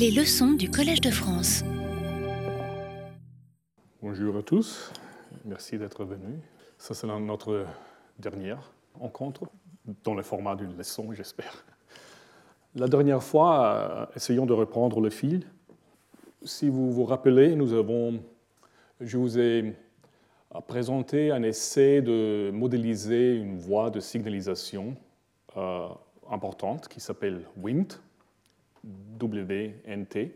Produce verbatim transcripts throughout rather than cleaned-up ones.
Les leçons du Collège de France. Bonjour à tous, merci d'être venus. Ça, c'est notre dernière rencontre, dans le format d'une leçon, j'espère. La dernière fois, essayons de reprendre le fil. Si vous vous rappelez, nous avons, je vous ai présenté un essai de modéliser une voie de signalisation euh, importante qui s'appelle W N T, W N T.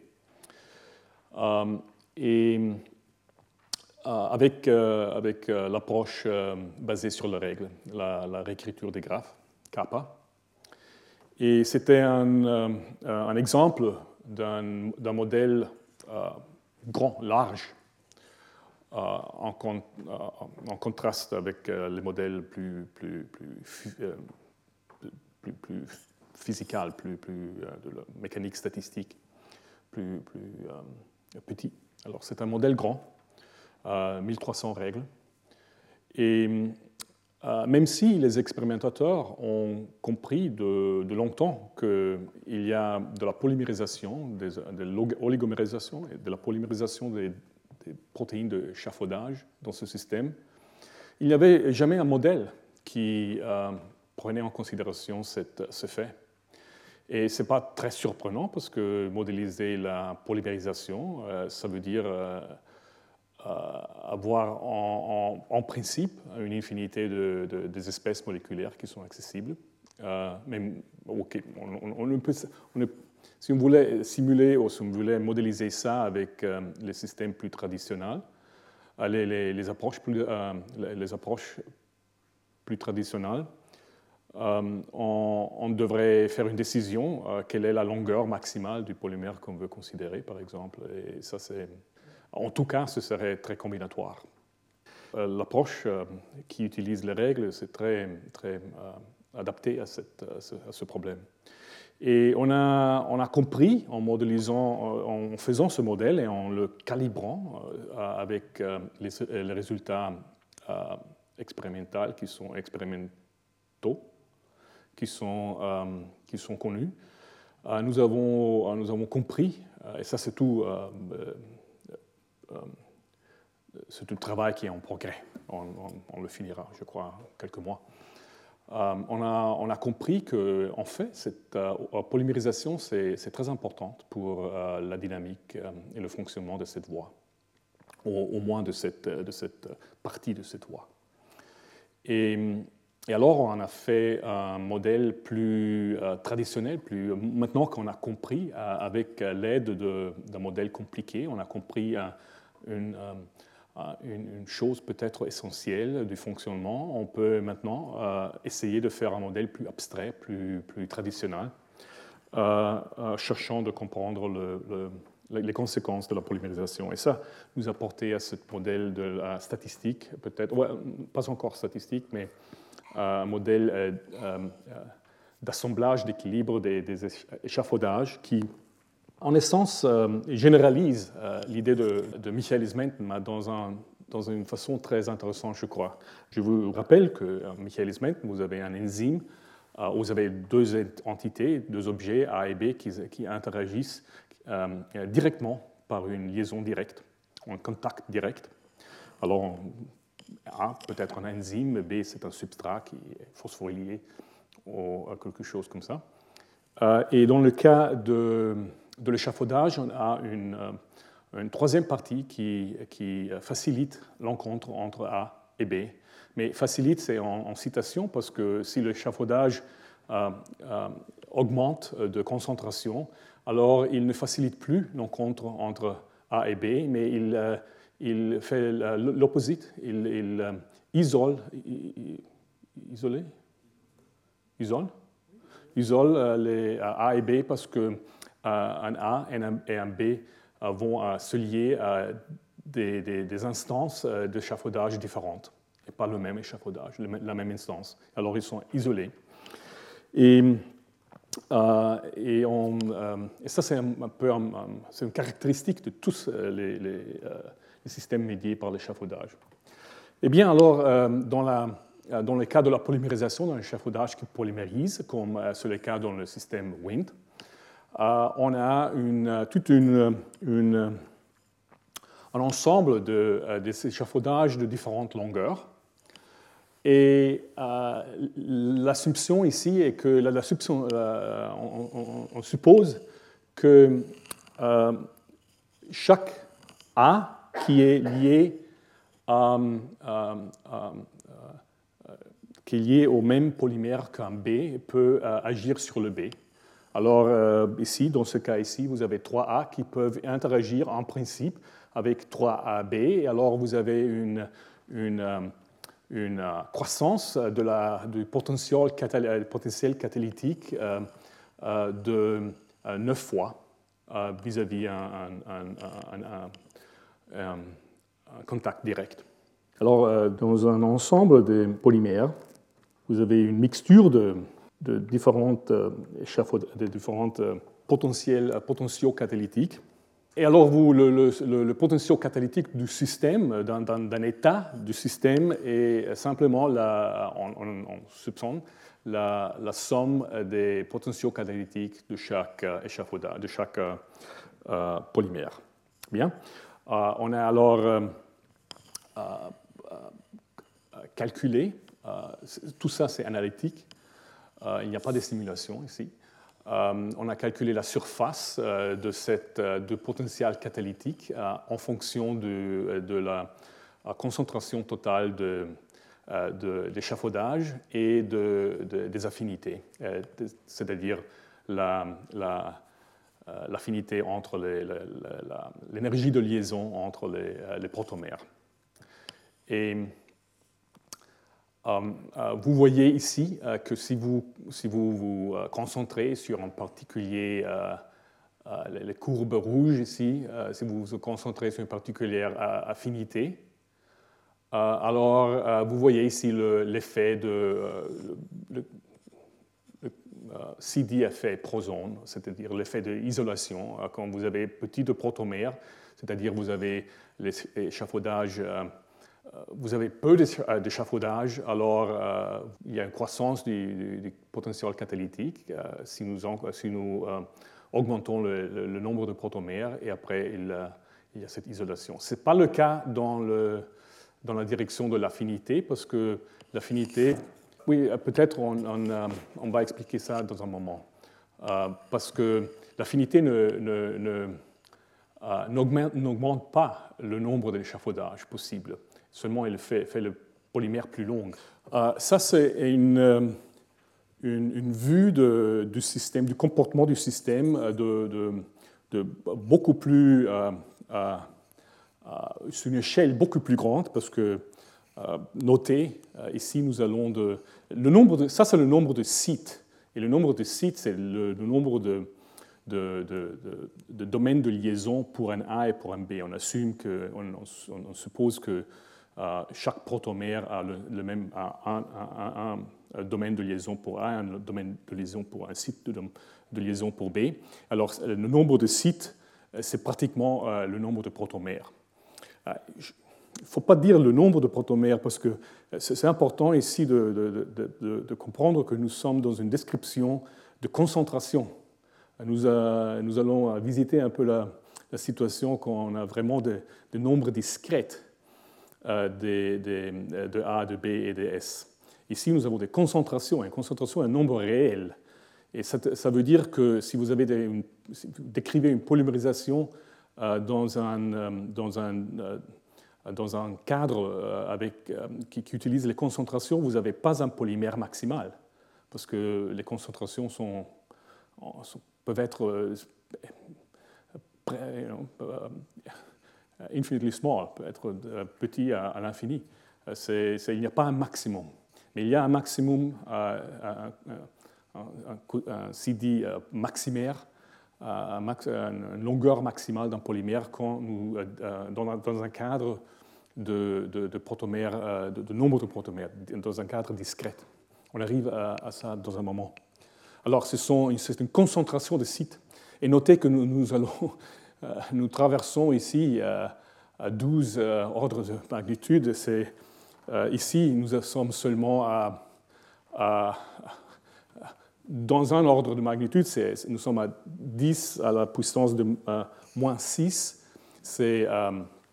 Euh, et euh, avec, euh, avec euh, l'approche euh, basée sur les règles, la, la réécriture des graphes, kappa. Et c'était un, euh, un exemple d'un, d'un modèle euh, grand, large, euh, en, con, euh, en contraste avec euh, les modèles plus, plus, plus, euh, plus, plus physical, plus, plus euh, de la mécanique statistique, plus, plus euh, petit. Alors c'est un modèle grand, euh, mille trois cents règles. Et euh, même si les expérimentateurs ont compris de, de longtemps qu'il y a de la polymérisation, des, de l'oligomérisation et de la polymérisation des, des protéines d'échafaudage dans ce système, il n'y avait jamais un modèle qui euh, prenait en considération cette, ce fait. Et ce n'est pas très surprenant parce que modéliser la polymérisation, euh, ça veut dire euh, euh, avoir en, en, en principe une infinité de, de, des espèces moléculaires qui sont accessibles. Euh, même, okay, on, on, on peut, on est, si on voulait simuler ou si on voulait modéliser ça avec euh, les systèmes plus traditionnels, les, les, les, approches, plus, euh, les, les approches plus traditionnelles, Euh, on, on devrait faire une décision, euh, quelle est la longueur maximale du polymère qu'on veut considérer, par exemple. Et ça, c'est, en tout cas, ce serait très combinatoire. Euh, l'approche euh, qui utilise les règles, c'est très, très euh, adapté à, cette, à, ce, à ce problème. Et on a, on a compris, en modélisant, en faisant ce modèle et en le calibrant euh, avec euh, les, les résultats euh, expérimentaux qui sont expérimentaux, Qui sont, euh, qui sont connus. Euh, nous, avons, nous avons compris, euh, et ça c'est tout, euh, euh, c'est tout le travail qui est en progrès. On, on, on le finira, je crois, quelques mois. Euh, on, a, on a compris que, en fait, cette euh, polymérisation c'est, c'est très importante pour euh, la dynamique euh, et le fonctionnement de cette voie, au, au moins de cette, de cette partie de cette voie. Et Et alors, on a fait un modèle plus euh, traditionnel, plus, maintenant qu'on a compris, euh, avec l'aide de, d'un modèle compliqué, on a compris euh, une, euh, une, une chose peut-être essentielle du fonctionnement. On peut maintenant euh, essayer de faire un modèle plus abstrait, plus, plus traditionnel, euh, euh, cherchant de comprendre le, le, les conséquences de la polymérisation. Et ça nous a porté à ce modèle de la statistique, peut-être, ouais, pas encore statistique, mais un modèle euh, euh, d'assemblage, d'équilibre des, des échafaudages qui, en essence, euh, généralise euh, l'idée de, de Michaelis-Menten dans, un, dans une façon très intéressante, je crois. Je vous rappelle que euh, Michaelis-Menten, vous avez un enzyme, euh, vous avez deux entités, deux objets, A et B, qui, qui interagissent euh, directement par une liaison directe, un contact direct. Alors, A, peut-être un enzyme, B, c'est un substrat qui est phosphorylé ou quelque chose comme ça. Euh, et dans le cas de, de l'échafaudage, on a une, une troisième partie qui, qui facilite l'encontre entre A et B. Mais facilite, c'est en, en citation, parce que si l'échafaudage euh, euh, augmente de concentration, alors il ne facilite plus l'encontre entre A et B, mais il euh, il fait l'opposite, il, il euh, isole, il, isolé, isole, isole euh, les A et B parce que euh, un A et un, et un B euh, vont euh, se lier à des, des, des instances euh, d'échafaudage différentes et pas le même échafaudage, la même instance. Alors ils sont isolés. Et Euh, et, on, euh, et ça, c'est un, un peu un, un, c'est une caractéristique de tous les, les, euh, les systèmes médiés par l'échafaudage. Eh bien, alors, euh, dans, la, dans le cas de la polymérisation, dans l'échafaudage qui polymérise, comme euh, c'est le cas dans le système W N T, euh, on a une, toute une, une, un ensemble de, euh, d'échafaudages de différentes longueurs. Et euh, l'assumption ici est que l'assumption, euh, on, on, on suppose que euh, chaque A qui est lié, euh, euh, euh, qui est lié au même polymère qu'un B peut euh, agir sur le B. Alors euh, ici, dans ce cas ici, vous avez trois A qui peuvent interagir en principe avec trois A B. Et alors vous avez une, une une croissance de la, du potentiel, catal, potentiel catalytique euh, euh, de euh, neuf fois euh, vis-à-vis un, un, un, un, un contact direct. Alors, euh, dans un ensemble de polymères, vous avez une mixture de, de différentes, euh, de différentes euh, potentiels, potentiaux catalytiques. Et alors, vous, le, le, le, le potentiel catalytique du système, d'un, d'un état du système, est simplement, la, on, on, on soupçonne, la, la somme des potentiaux catalytiques de chaque échafaudage, de chaque euh, polymère. Bien. Euh, on a alors euh, euh, calculé, euh, tout ça c'est analytique, euh, il n'y a pas de simulation ici. Euh, on a calculé la surface euh, de cette euh, de potentiel catalytique euh, en fonction de, de la, la concentration totale de, euh, de, d'échafaudage et de, de, des affinités, euh, c'est-à-dire la, la, euh, l'affinité entre les, la, la, l'énergie de liaison entre les, les protomères. Et Um, uh, vous voyez ici uh, que si vous si vous, vous uh, concentrez sur en particulier uh, uh, les, les courbes rouges ici, uh, si vous vous concentrez sur une particulière uh, affinité, uh, alors uh, vous voyez ici le, l'effet de uh, le, le, uh, C D effet prozone, c'est-à-dire l'effet d'isolation. Uh, quand vous avez petit de protomères, c'est-à-dire vous avez l'échafaudage uh, vous avez peu d'échafaudage, alors euh, il y a une croissance du, du, du potentiel catalytique euh, si nous, si nous euh, augmentons le, le, le nombre de protomères et après il, euh, il y a cette isolation. Ce n'est pas le cas dans, le, dans la direction de l'affinité parce que l'affinité, oui, peut-être on, on, on va expliquer ça dans un moment, euh, parce que l'affinité ne, ne, ne, euh, n'augmente, n'augmente pas le nombre d'échafaudages possibles. Seulement, il fait, fait le polymère plus long. Euh, ça, c'est une, une, une vue de, du système, du comportement du système de, de, de beaucoup plus, euh, euh, sur une échelle beaucoup plus grande, parce que, euh, notez, euh, ici, nous allons de, le nombre de, ça, c'est le nombre de sites, et le nombre de sites, c'est le, le nombre de, de, de, de, de domaines de liaison pour un A et pour un B. On assume que, on, on, on suppose que Uh, chaque protomère a le, le même a un, un, un, un domaine de liaison pour A, un domaine de liaison pour un site de, de liaison pour B. Alors, le nombre de sites, c'est pratiquement uh, le nombre de protomères. Il uh, ne faut pas dire le nombre de protomères parce que c'est important ici de, de, de, de, de comprendre que nous sommes dans une description de concentration. Nous, uh, nous allons visiter un peu la, la situation quand on a vraiment des de nombres discrets. De, de, de A, de B et de S. Ici, nous avons des concentrations. Une concentration est un nombre réel. Et ça, ça veut dire que si vous, avez des, une, si vous décrivez une polymérisation euh, dans, un, euh, dans, un, euh, dans un cadre euh, avec, euh, qui, qui utilise les concentrations, vous n'avez pas un polymère maximal. Parce que les concentrations sont, sont, peuvent être euh, près, you know, euh, infinitely small, peut être petit à, à l'infini. C'est, c'est, il n'y a pas un maximum. Mais il y a un maximum, euh, un, un, un, un C D maximaire, un max, une longueur maximale d'un polymère quand nous, euh, dans, dans un cadre de, de, de protomères, de, de nombre de protomères, dans un cadre discret. On arrive à, à ça dans un moment. Alors, ce sont, c'est une concentration de sites. Et notez que nous, nous allons... Nous traversons ici à douze ordres de magnitude. C'est, ici, nous sommes seulement à, à dans un ordre de magnitude, c'est, nous sommes à dix à la puissance de euh, moins six. C'est, euh,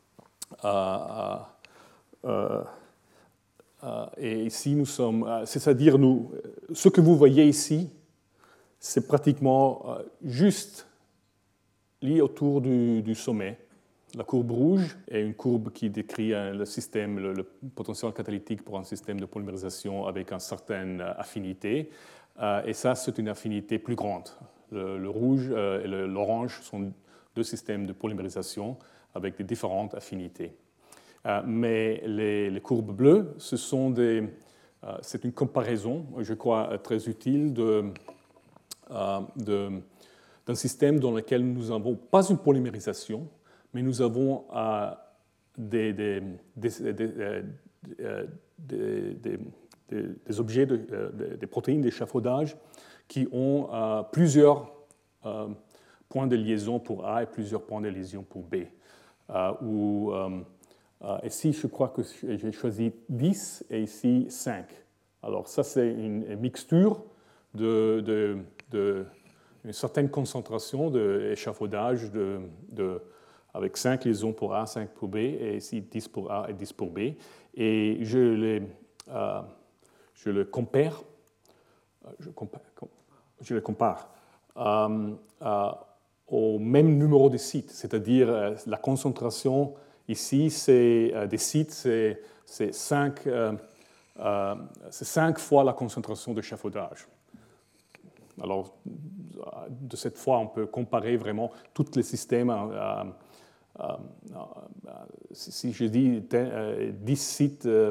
euh, euh, euh, et ici, nous sommes, euh, c'est-à-dire, nous, ce que vous voyez ici, c'est pratiquement euh, juste lié autour du, du sommet. La courbe rouge est une courbe qui décrit hein, le système, le, le potentiel catalytique pour un système de polymérisation avec une certaine affinité. Euh, et ça, c'est une affinité plus grande. Le, le rouge euh, et le, l'orange sont deux systèmes de polymérisation avec des différentes affinités. Euh, mais les, les courbes bleues, ce sont des, euh, c'est une comparaison, je crois, très utile de, euh, de, d'un système dans lequel nous n'avons pas une polymérisation, mais nous avons euh, des, des, des, des, euh, des, des, des objets, de, euh, des protéines d'échafaudage qui ont euh, plusieurs euh, points de liaison pour A et plusieurs points de liaison pour B. Euh, où, euh, euh, ici, je crois que j'ai choisi dix et ici cinq. Alors ça, c'est une mixture de, de, de une certaine concentration d'échafaudage de, de avec cinq liaisons pour A, cinq pour B, et ici dix pour A et dix pour B. Et je les, euh, je les compare, je, compare, je les compare euh, euh, au même numéro de sites, c'est-à-dire euh, la concentration ici, c'est euh, des sites, c'est, c'est, cinq, euh, euh, c'est cinq fois la concentration d'échafaudage. Alors, de cette fois, on peut comparer vraiment tous les systèmes. Euh, Euh, euh, si je dis euh, dix sites, euh,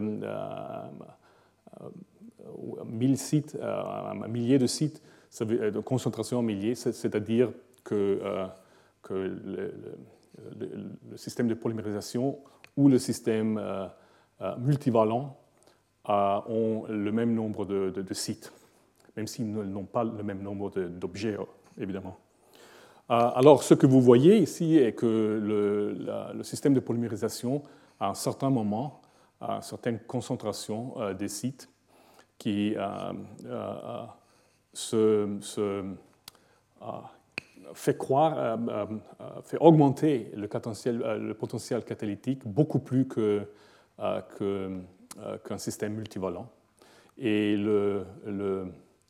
euh, mille sites, euh, un millier de sites, ça veut, de concentration en milliers, c'est-à-dire que, euh, que le, le, le système de polymérisation ou le système euh, euh, multivalent euh, ont le même nombre de, de, de sites, même s'ils n'ont pas le même nombre d'objets, évidemment. Alors, ce que vous voyez ici est que le, la, le système de polymérisation, à un certain moment, à une certaine concentration euh, des sites, qui euh, euh, se, se euh, fait croire, euh, euh, fait augmenter le potentiel, euh, le potentiel catalytique beaucoup plus que, euh, que, euh, qu'un système multivalent. Et le, le,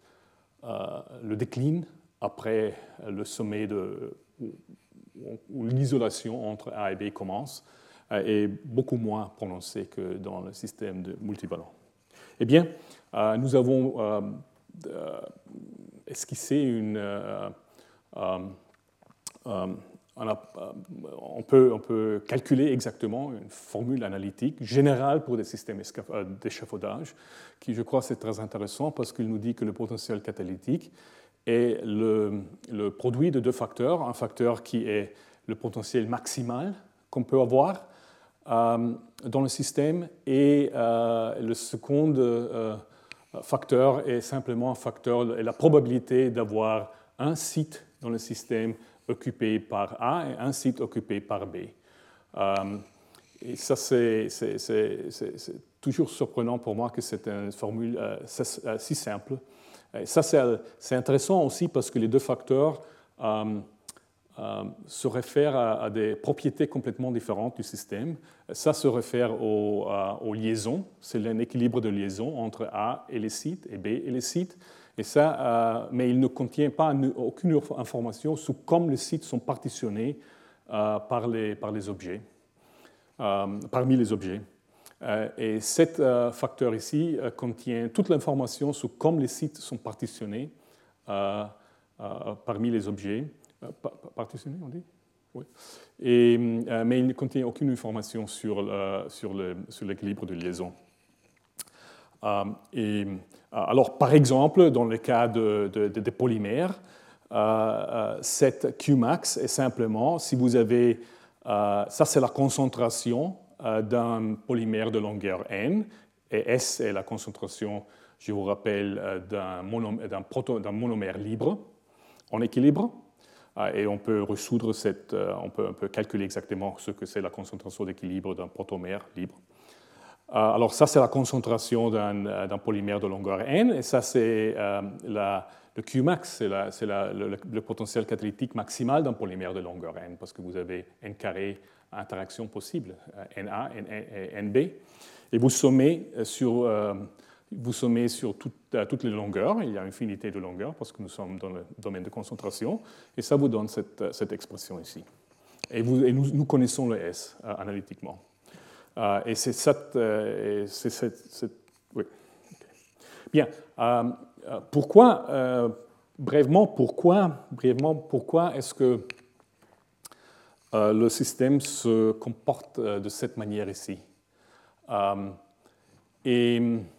euh, le décline après le sommet de, où, où l'isolation entre A et B commence, est beaucoup moins prononcée que dans le système de multivalent. Eh bien, euh, nous avons euh, euh, esquissé une... Euh, euh, euh, on, a, on, peut, on peut calculer exactement une formule analytique générale pour des systèmes d'échafaudage, qui, je crois, c'est très intéressant parce qu'il nous dit que le potentiel catalytique est le, le produit de deux facteurs, un facteur qui est le potentiel maximal qu'on peut avoir euh, dans le système, et euh, le second euh, facteur est simplement un facteur, la probabilité d'avoir un site dans le système occupé par A et un site occupé par B. Euh, et ça, c'est, c'est, c'est, c'est toujours surprenant pour moi que c'est une formule euh, si simple. Et ça, c'est intéressant aussi parce que les deux facteurs euh, euh, se réfèrent à, à des propriétés complètement différentes du système. Ça se réfère aux, à, aux liaisons. C'est un équilibre de liaison entre A et les sites et B et les sites. Et ça, euh, mais il ne contient pas aucune information sur comment les sites sont partitionnés euh, par, les, par les objets, euh, parmi les objets. Euh, et cet euh, facteur ici euh, contient toute l'information sur comment les sites sont partitionnés euh, euh, parmi les objets. Euh, partitionnés, on dit ? Oui. Et, euh, mais il ne contient aucune information sur, le, sur, le, sur l'équilibre de liaison. Euh, et, alors, par exemple, dans le cas de, de, de, de polymères, euh, euh, cette Qmax est simplement, si vous avez, euh, ça c'est la concentration d'un polymère de longueur n, et S est la concentration, je vous rappelle, d'un monomère, d'un proto, d'un monomère libre, en équilibre, et on peut résoudre cette, on peut, on peut calculer exactement ce que c'est la concentration d'équilibre d'un protomère libre. alors ça, c'est la concentration d'un, d'un polymère de longueur n, et ça, c'est euh, la, le Qmax, c'est, la, c'est la, le, le potentiel catalytique maximal d'un polymère de longueur n, parce que vous avez n carré interactions possibles, Na, et Nb, et vous sommez sur, euh, vous sommez sur tout, euh, toutes les longueurs, il y a une infinité de longueurs, parce que nous sommes dans le domaine de concentration, et ça vous donne cette, cette expression ici. Et, vous, et nous, nous connaissons le S euh, analytiquement. Euh, et c'est cette... Euh, c'est cette, cette oui. Okay. Bien. Euh, pourquoi, euh, brièvement, pourquoi, brièvement, pourquoi est-ce que euh, le système se comporte euh, de cette manière ici? euh, Et,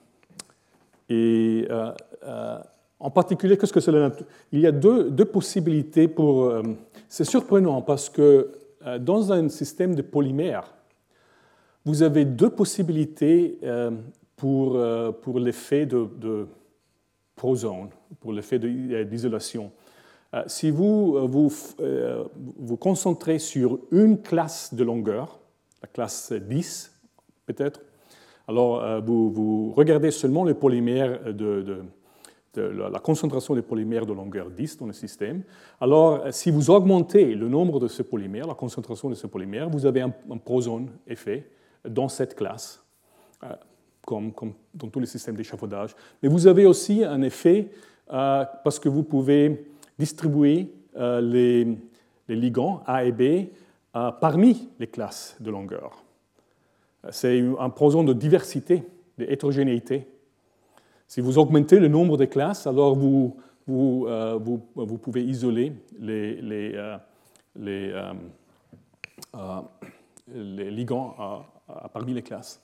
et euh, euh, en particulier, qu'est-ce que c'est la nature? Il y a deux, deux possibilités pour... Euh, c'est surprenant parce que euh, dans un système de polymères, vous avez deux possibilités euh, pour, euh, pour l'effet de, de prozone, pour l'effet d'isolation. Euh, si vous vous, euh, vous concentrez sur une classe de longueur, la classe dix peut-être, alors euh, vous, vous regardez seulement les polymères de, de, de la, la concentration des polymères de longueur dix dans le système. Alors si vous augmentez le nombre de ces polymères, la concentration de ces polymères, vous avez un, un prozone effet dans cette classe, euh, comme, comme dans tous les systèmes d'échafaudage. Mais vous avez aussi un effet euh, parce que vous pouvez distribuer euh, les, les ligands A et B euh, parmi les classes de longueur. C'est un prozone de diversité, de hétérogénéité. Si vous augmentez le nombre de classes, alors vous, vous, euh, vous, vous pouvez isoler les, les, euh, les, euh, euh, les ligands euh, parmi les classes.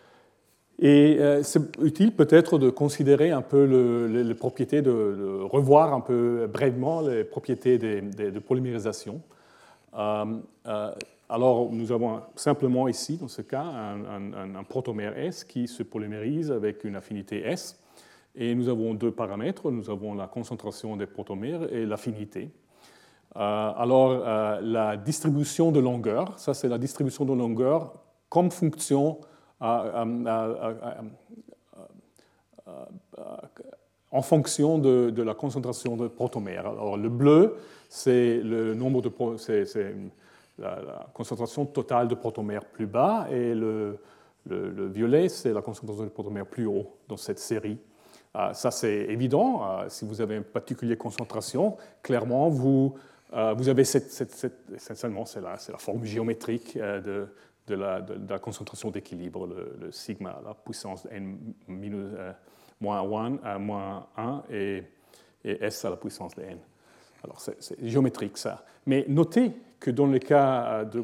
Et euh, c'est utile peut-être de considérer un peu le, les, les propriétés, de, de revoir un peu brièvement les propriétés de, de, de polymérisation. Euh, euh, alors, nous avons simplement ici, dans ce cas, un, un, un protomère S qui se polymérise avec une affinité S. Et nous avons deux paramètres. Nous avons la concentration des protomères et l'affinité. Euh, alors, euh, la distribution de longueur, ça c'est la distribution de longueur comme fonction euh, euh, euh, euh, euh, en fonction de, de la concentration de protomères. Alors, le bleu, c'est le nombre de c'est, c'est la, la concentration totale de protomères plus bas, et le, le, le violet, c'est la concentration de protomères plus haut dans cette série. Euh, ça, c'est évident. Euh, si vous avez une particulière concentration, clairement, vous, euh, vous avez cette, cette, cette essentiellement, c'est la, c'est la forme géométrique euh, de, de, la, de, de la concentration d'équilibre, le, le sigma, la puissance n minus, euh, moins un, euh, moins un et, et S à la puissance de n. Alors, c'est, c'est géométrique, ça. Mais notez que dans le cas de,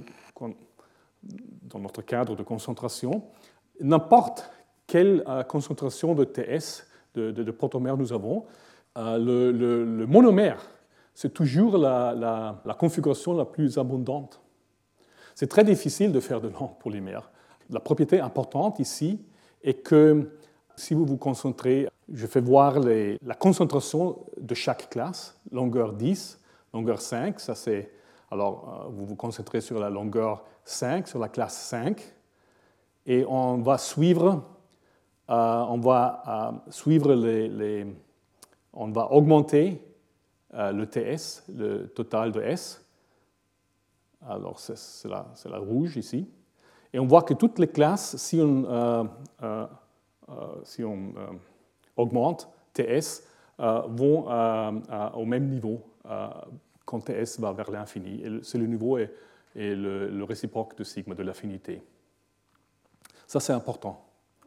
dans notre cadre de concentration, n'importe quelle euh, concentration de T S, de, de, de protomères nous avons, euh, le, le, le monomère, c'est toujours la, la, la configuration la plus abondante. C'est très difficile de faire de longs polymères. La propriété importante ici est que si vous vous concentrez, je fais voir les, la concentration de chaque classe, longueur dix, longueur cinq, ça c'est, alors vous vous concentrez sur la longueur cinq, sur la classe cinq, et on va suivre, euh, on va euh, suivre les, les, on va augmenter euh, le T S, le total de S. Alors c'est, c'est, la, c'est la rouge ici, et on voit que toutes les classes, si on euh, euh, Euh, si on euh, augmente T S, euh, vont euh, euh, au même niveau euh, quand T S va vers l'infini. Et c'est le niveau et, et le, le réciproque de sigma, de l'affinité. Ça, c'est important.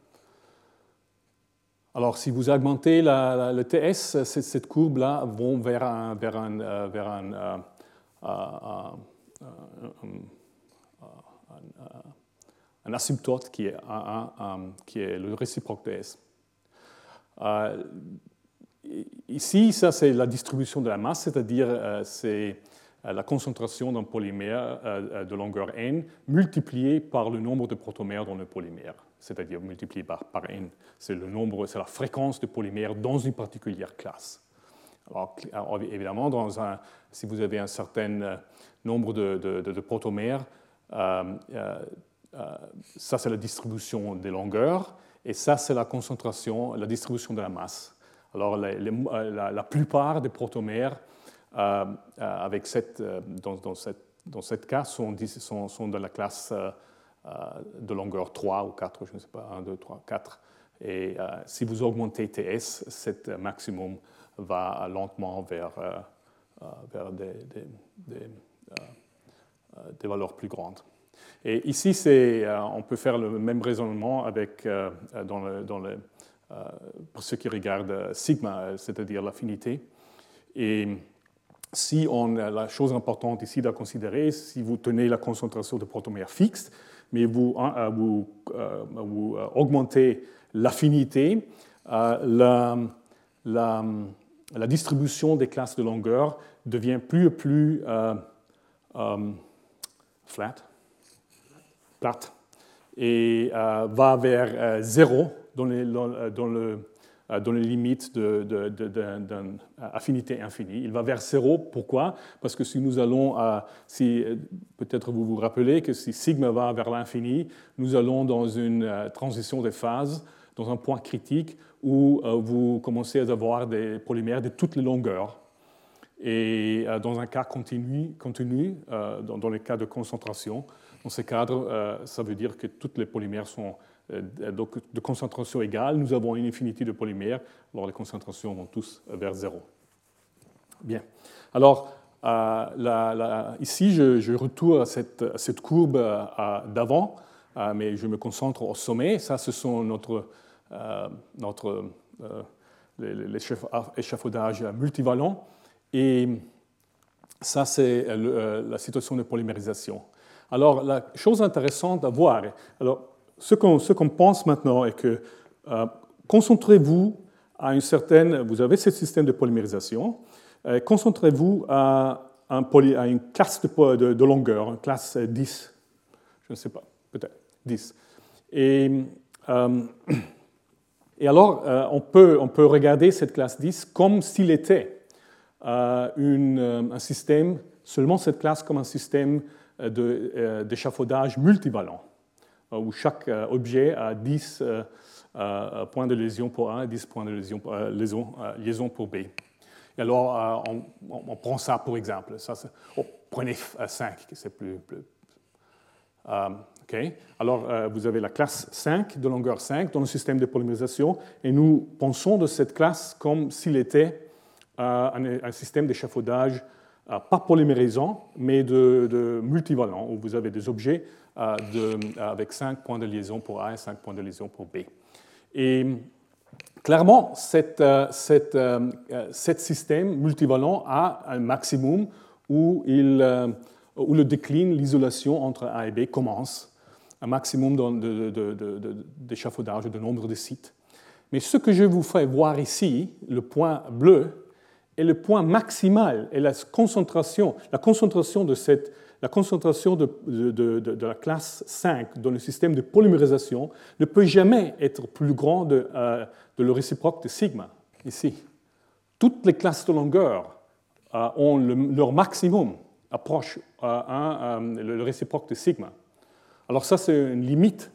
Alors, si vous augmentez la, la, le T S, cette, cette courbe-là va vers un, vers un, euh, vers un, euh, euh, euh, euh, euh, un asymptote qui est, un, un, un, qui est le réciproque de S. Euh, ici, ça c'est la distribution de la masse, c'est-à-dire euh, c'est la concentration d'un polymère euh, de longueur n multipliée par le nombre de protomères dans le polymère, c'est-à-dire multiplié par, par n. C'est le nombre, c'est la fréquence de polymères dans une particulière classe. Alors, alors évidemment, dans un, si vous avez un certain nombre de, de, de, de protomères, euh, euh, ça, c'est la distribution des longueurs, et ça, c'est la concentration, la distribution de la masse. Alors, les, les, la, la plupart des protomères, euh, avec cette, dans, dans, cette, dans cette cas, sont, sont, sont de la classe euh, de longueur trois ou quatre, je ne sais pas, un, deux, trois, quatre. Et euh, si vous augmentez T S, cet maximum va lentement vers, euh, vers des, des, des, euh, des valeurs plus grandes. Et ici, euh, on peut faire le même raisonnement avec, euh, dans le, dans le, euh, pour ceux qui regardent sigma, c'est-à-dire l'affinité. Et si on, la chose importante ici à considérer, si vous tenez la concentration de protomères fixe, mais vous, euh, vous, euh, vous augmentez l'affinité, euh, la, la, la distribution des classes de longueur devient plus et plus euh, euh, flat, plate, et euh, va vers euh, zéro dans les, dans, dans le, dans les limites de, de, de, de, d'une affinité infinie. Il va vers zéro. Pourquoi? Parce que si nous allons, à, si, peut-être vous vous rappelez que si sigma va vers l'infini, nous allons dans une transition de phase, dans un point critique où euh, vous commencez à avoir des polymères de toutes les longueurs. Et euh, dans un cas continu, continu euh, dans, dans les cas de concentration, dans ces cadres, euh, ça veut dire que toutes les polymères sont euh, donc, de concentration égale. Nous avons une infinité de polymères, alors les concentrations vont tous vers zéro. Bien. Alors, euh, la, la, ici, je, je retourne à cette, à cette courbe euh, d'avant, euh, mais je me concentre au sommet. Ça, ce sont notre, euh, notre euh, l'échafaudage multivalent. Et ça, c'est la situation de polymérisation. Alors, la chose intéressante à voir, alors, ce qu'on ce qu'on pense maintenant est que euh, concentrez-vous à une certaine, vous avez ce système de polymérisation, euh, concentrez-vous à, un poly, à une classe de, de, de longueur, une classe dix, je ne sais pas, peut-être dix. Et, euh, et alors, euh, on, peut, on peut regarder cette classe dix comme s'il était Euh, une, un système, seulement cette classe comme un système de, euh, d'échafaudage multivalent, euh, où chaque euh, objet a dix euh, euh, points de lésion pour A et dix points de lésion, euh, liaison, euh, liaison pour B. Et alors, euh, on, on prend ça pour exemple. Ça, oh, prenez cinq, c'est plus... plus euh, okay. Alors, euh, vous avez la classe cinq, de longueur cinq, dans le système de polymérisation, et nous pensons de cette classe comme s'il était Un, un système d'échafaudage euh, pas polymérisant, mais de, de multivalent, où vous avez des objets euh, de, avec cinq points de liaison pour A et cinq points de liaison pour B. Et clairement, cette, euh, cette, euh, cet système multivalent a un maximum où, il, euh, où le décline, l'isolation entre A et B commence, un maximum de, de, de, de, d'échafaudage, de nombre de sites. Mais ce que je vous fais voir ici, le point bleu, est le point maximal et la concentration, la concentration de, cette, la, concentration de, de, de, de la classe cinq dans le système de polymérisation ne peut jamais être plus grand de, euh, de le réciproque de sigma, ici. Toutes les classes de longueur euh, ont le, leur maximum, approche euh, un, euh, le réciproque de sigma. Alors ça, c'est une limite.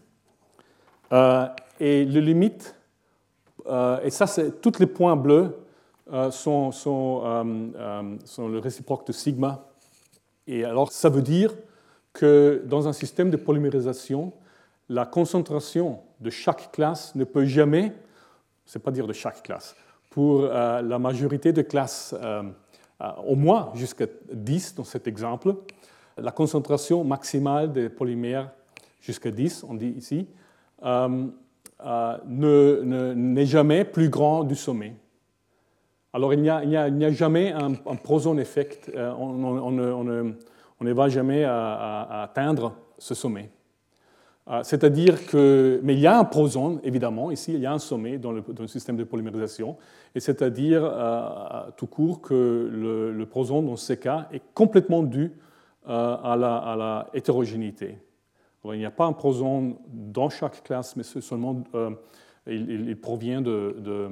Euh, et le limite, euh, et ça, c'est tous les points bleus, Euh, sont, sont, euh, euh, sont le réciproque de sigma. Et alors, ça veut dire que dans un système de polymérisation, la concentration de chaque classe ne peut jamais, c'est pas dire de chaque classe, pour euh, la majorité de classes, euh, euh, au moins jusqu'à dix dans cet exemple, la concentration maximale des polymères jusqu'à dix, on dit ici, euh, euh, ne, ne, n'est jamais plus grand du sommet. Alors, il n'y a, il n'y a, il n'y a jamais un, un Poisson effect. Euh, on, on, on, on, on ne va jamais à, à, à atteindre ce sommet. Euh, c'est-à-dire que... Mais il y a un Poisson, évidemment. Ici, il y a un sommet dans le, dans le système de polymérisation. Et c'est-à-dire, euh, tout court, que le, le Poisson, dans ces cas, est complètement dû euh, à, la, à la hétérogénéité. Alors, il n'y a pas un Poisson dans chaque classe, mais c'est seulement... Euh, il, il provient de... de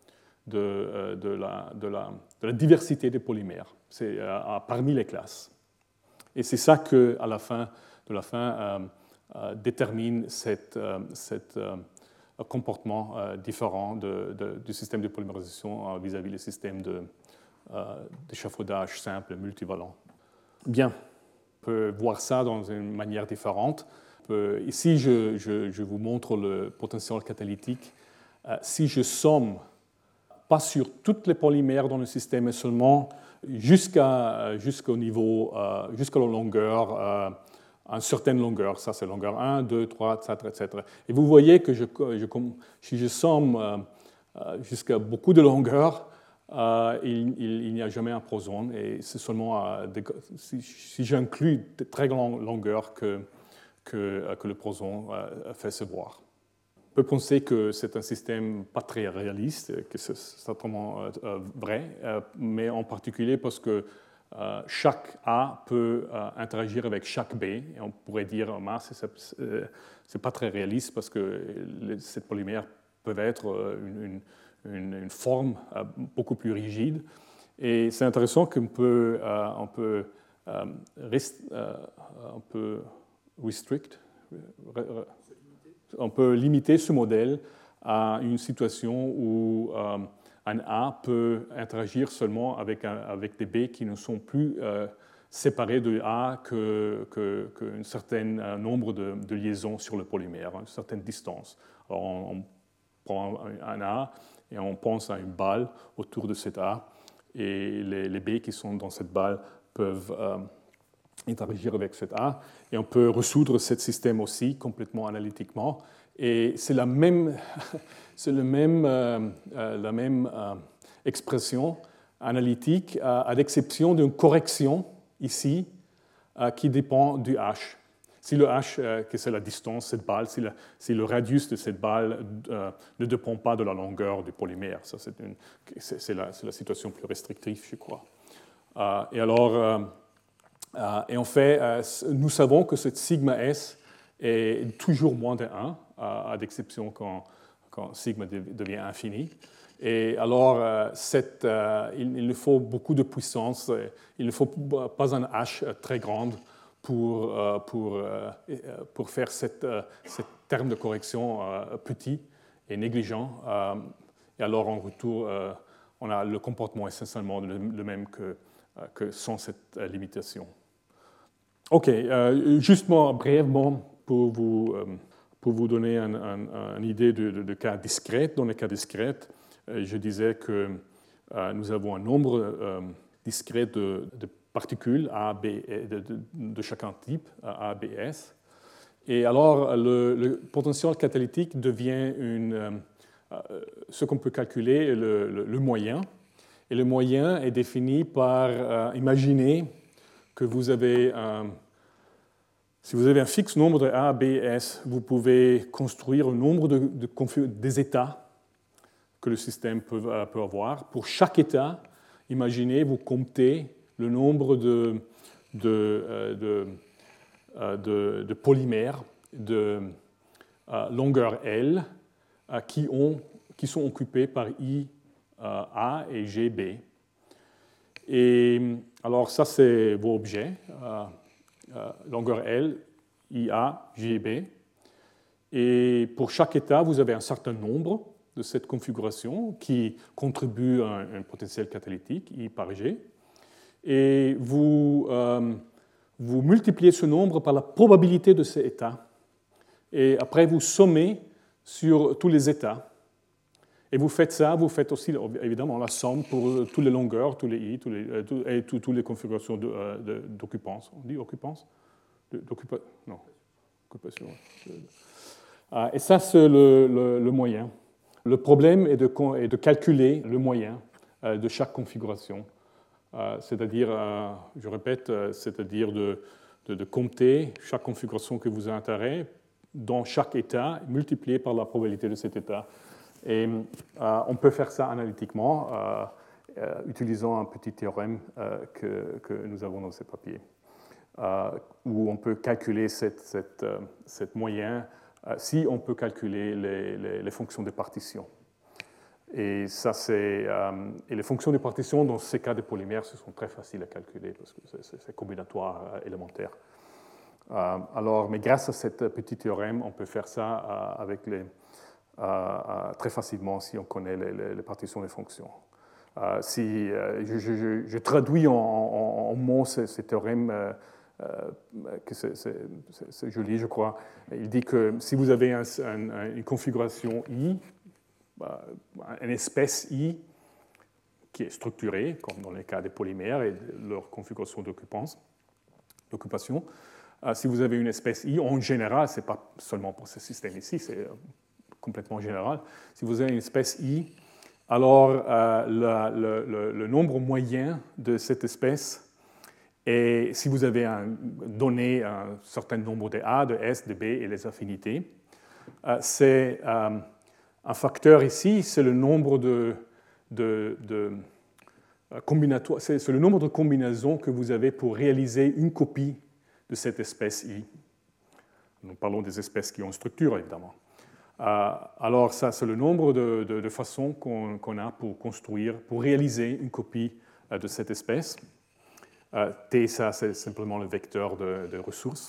De, de, la, de, la, de la diversité des polymères, c'est euh, parmi les classes. Et c'est ça qu'à la fin, de la fin, euh, euh, détermine cet euh, euh, comportement euh, différent de, de, du système de polymérisation euh, vis-à-vis des systèmes d'échafaudage euh, simple multivalent. Bien, on peut voir ça dans une manière différente. Peut, ici, je, je, je vous montre le potentiel catalytique. Euh, si je somme, pas sur toutes les polymères dans le système, mais seulement jusqu'à, jusqu'au niveau, euh, jusqu'à la longueur, euh, à une certaine longueur, ça c'est longueur un, deux, trois, et cetera, et cetera. Et vous voyez que je, je, si je somme euh, jusqu'à beaucoup de longueurs, euh, il, il, il n'y a jamais un prosone, et c'est seulement euh, des, si, si j'inclus de très grandes longueurs que, que, que le proson euh, fait se voir. On peut penser que c'est un système pas très réaliste, que c'est certainement euh, vrai, euh, mais en particulier parce que euh, chaque A peut euh, interagir avec chaque B. Et on pourrait dire que ah, ce n'est pas très réaliste parce que les, ces polymères peuvent être une, une, une forme euh, beaucoup plus rigide. Et c'est intéressant qu'on peut, euh, on peut, euh, rest, euh, on peut restrict, on peut limiter ce modèle à une situation où euh, un A peut interagir seulement avec, un, avec des B qui ne sont plus euh, séparés de A qu'un que, que certain nombre de, de liaisons sur le polymère, une certaine distance. Alors on, on prend un A et on pense à une balle autour de cet A, et les, les B qui sont dans cette balle peuvent euh, interagir avec cet A, et on peut résoudre ce système aussi complètement analytiquement. Et c'est la même, c'est le même, euh, la même euh, expression analytique, euh, à l'exception d'une correction ici euh, qui dépend du H. Si le H, euh, que c'est la distance, cette balle, si, la, si le radius de cette balle euh, ne dépend pas de la longueur du polymère, ça c'est, une, c'est, c'est, la, c'est la situation plus restrictive, je crois. Euh, et alors, euh, euh, et en fait, euh, nous savons que cette sigma S est toujours moins de un, à, à l'exception quand, quand sigma devient infini. Et alors, euh, cette, euh, il, il nous faut beaucoup de puissance, il ne faut pas un H très grand pour, euh, pour, euh, pour faire cette, euh, cette terme de correction euh, petit et négligent. Euh, et alors, en retour, euh, on a le comportement essentiellement le, le même que, euh, que sans cette euh, limitation. OK, euh, justement, brièvement, pour vous, euh, pour vous donner une un, un idée de, de, de cas discrets. Dans les cas discrets, euh, je disais que euh, nous avons un nombre euh, discret de, de particules A, B, de, de, de chacun type, A, B, S. Et alors, le, le potentiel catalytique devient une, euh, ce qu'on peut calculer, le, le, le moyen. Et le moyen est défini par, euh, imaginez que vous avez un, si vous avez un fixe nombre de A, B, S, vous pouvez construire un nombre de, de, des états que le système peut, peut avoir. Pour chaque état, imaginez, vous comptez le nombre de, de, de, de, de polymères de uh, longueur L uh, qui, ont, qui sont occupés par I uh, A et G B. Et alors ça, c'est vos objets, uh, uh, longueur L, I A, G B. Et pour chaque état, vous avez un certain nombre de cette configuration qui contribue à un, un potentiel catalytique, I par G. Et vous, euh, vous multipliez ce nombre par la probabilité de ces états. Et après, vous sommez sur tous les états. Et vous faites ça, vous faites aussi évidemment la somme pour toutes les longueurs, tous les I, tous les, et toutes les configurations d'occupance. On dit occupance d'occupa... Non, occupation. Et ça, c'est le, le, le moyen. Le problème est de, est de calculer le moyen de chaque configuration. C'est-à-dire, je répète, c'est-à-dire de, de, de compter chaque configuration que vous avez intérêt dans chaque état, multiplié par la probabilité de cet état. Et euh, on peut faire ça analytiquement, euh, euh, utilisant un petit théorème euh, que, que nous avons dans ces papiers, euh, où on peut calculer cette, cette, euh, cette moyen, euh, si on peut calculer les, les, les fonctions de partition. Et, ça, c'est, euh, et les fonctions de partition, dans ces cas de polymères, ce sont très faciles à calculer, parce que c'est, c'est combinatoire euh, élémentaire. Euh, alors, mais grâce à ce petit théorème, on peut faire ça euh, avec les, euh, euh, très facilement si on connaît les, les, les partitions des fonctions. Euh, si euh, je, je, je traduis en, en, en mots ce, ce théorème, euh, euh, que c'est joli, je crois. Il dit que si vous avez un, un, une configuration I, bah, une espèce I qui est structurée, comme dans les cas des polymères et de leur configuration d'occupation, euh, si vous avez une espèce I, en général, ce n'est pas seulement pour ce système ici, c'est euh, complètement général. Si vous avez une espèce I, alors euh, la, le, le, le nombre moyen de cette espèce, et si vous avez un, donné un certain nombre de A, de S, de B et les affinités, euh, c'est euh, un facteur ici, c'est le nombre de, de, de combinatoire, c'est le nombre de combinaisons que vous avez pour réaliser une copie de cette espèce I. Nous parlons des espèces qui ont une structure, évidemment. Euh, alors, ça, c'est le nombre de, de, de façons qu'on qu'on a pour construire, pour réaliser une copie euh, de cette espèce. Euh, T, ça, c'est simplement le vecteur de, de ressources.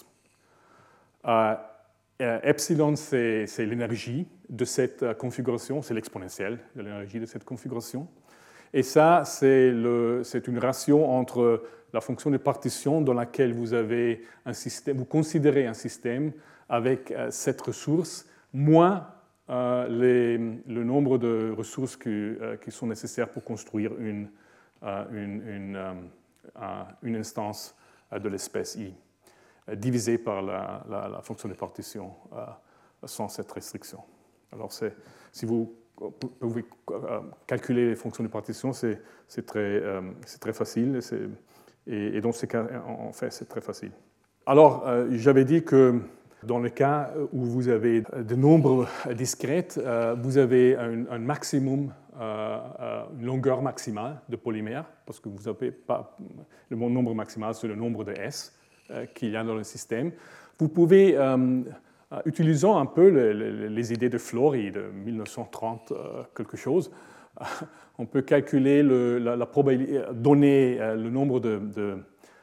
Euh, euh, epsilon, c'est l'énergie de cette euh, configuration, c'est l'exponentielle de l'énergie de cette configuration. Et ça, c'est une ratio entre la fonction de partition dans laquelle vous avez un système, vous considérez un système avec euh, cette ressource, moins euh, les, le nombre de ressources qui, euh, qui sont nécessaires pour construire une, euh, une, une, euh, une instance de l'espèce I, euh, divisée par la, la, la fonction de partition euh, sans cette restriction. Alors, si vous pouvez calculer les fonctions de partition, c'est très, euh, très facile, et, et dans ces cas, en fait, c'est très facile. Alors, euh, j'avais dit que dans le cas où vous avez des nombres discrètes, euh, vous avez un, un maximum, euh, une longueur maximale de polymère, parce que vous n'avez pas le nombre maximal, c'est le nombre de S euh, qu'il y a dans le système. Vous pouvez, euh, utilisant un peu les, les, les idées de Flory de mille neuf cent trente euh, quelque chose, on peut calculer le, la, la probabilité, donner euh, le nombre de, de,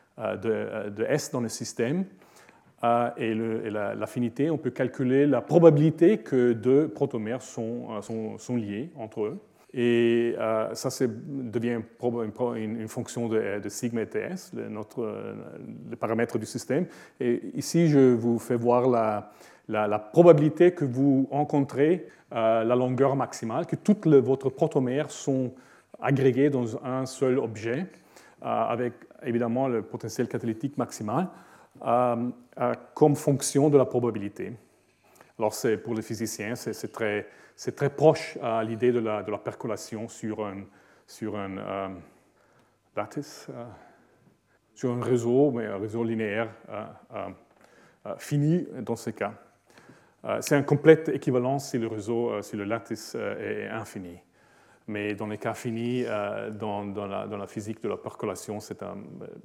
de, de S dans le système, Euh, et l'affinité, la, on peut calculer la probabilité que deux protomères sont, sont, sont liés entre eux. Et euh, ça devient une, une fonction de, de sigma et Ts, le, notre, le paramètre du système. Et ici, je vous fais voir la, la, la probabilité que vous rencontrez euh, la longueur maximale, que toutes les, votre protomères sont agrégés dans un seul objet, euh, avec évidemment le potentiel catalytique maximal. Euh, euh, comme fonction de la probabilité. Alors, pour les physiciens, c'est très, très proche à l'idée de la, de la percolation sur un, sur un euh, lattice, euh, sur un réseau, mais un réseau linéaire euh, euh, fini dans ce cas. Euh, c'est une complète équivalence si le réseau, euh, si le lattice euh, est infini. Mais dans les cas finis, euh, dans, dans, la, dans la physique de la percolation, c'est un...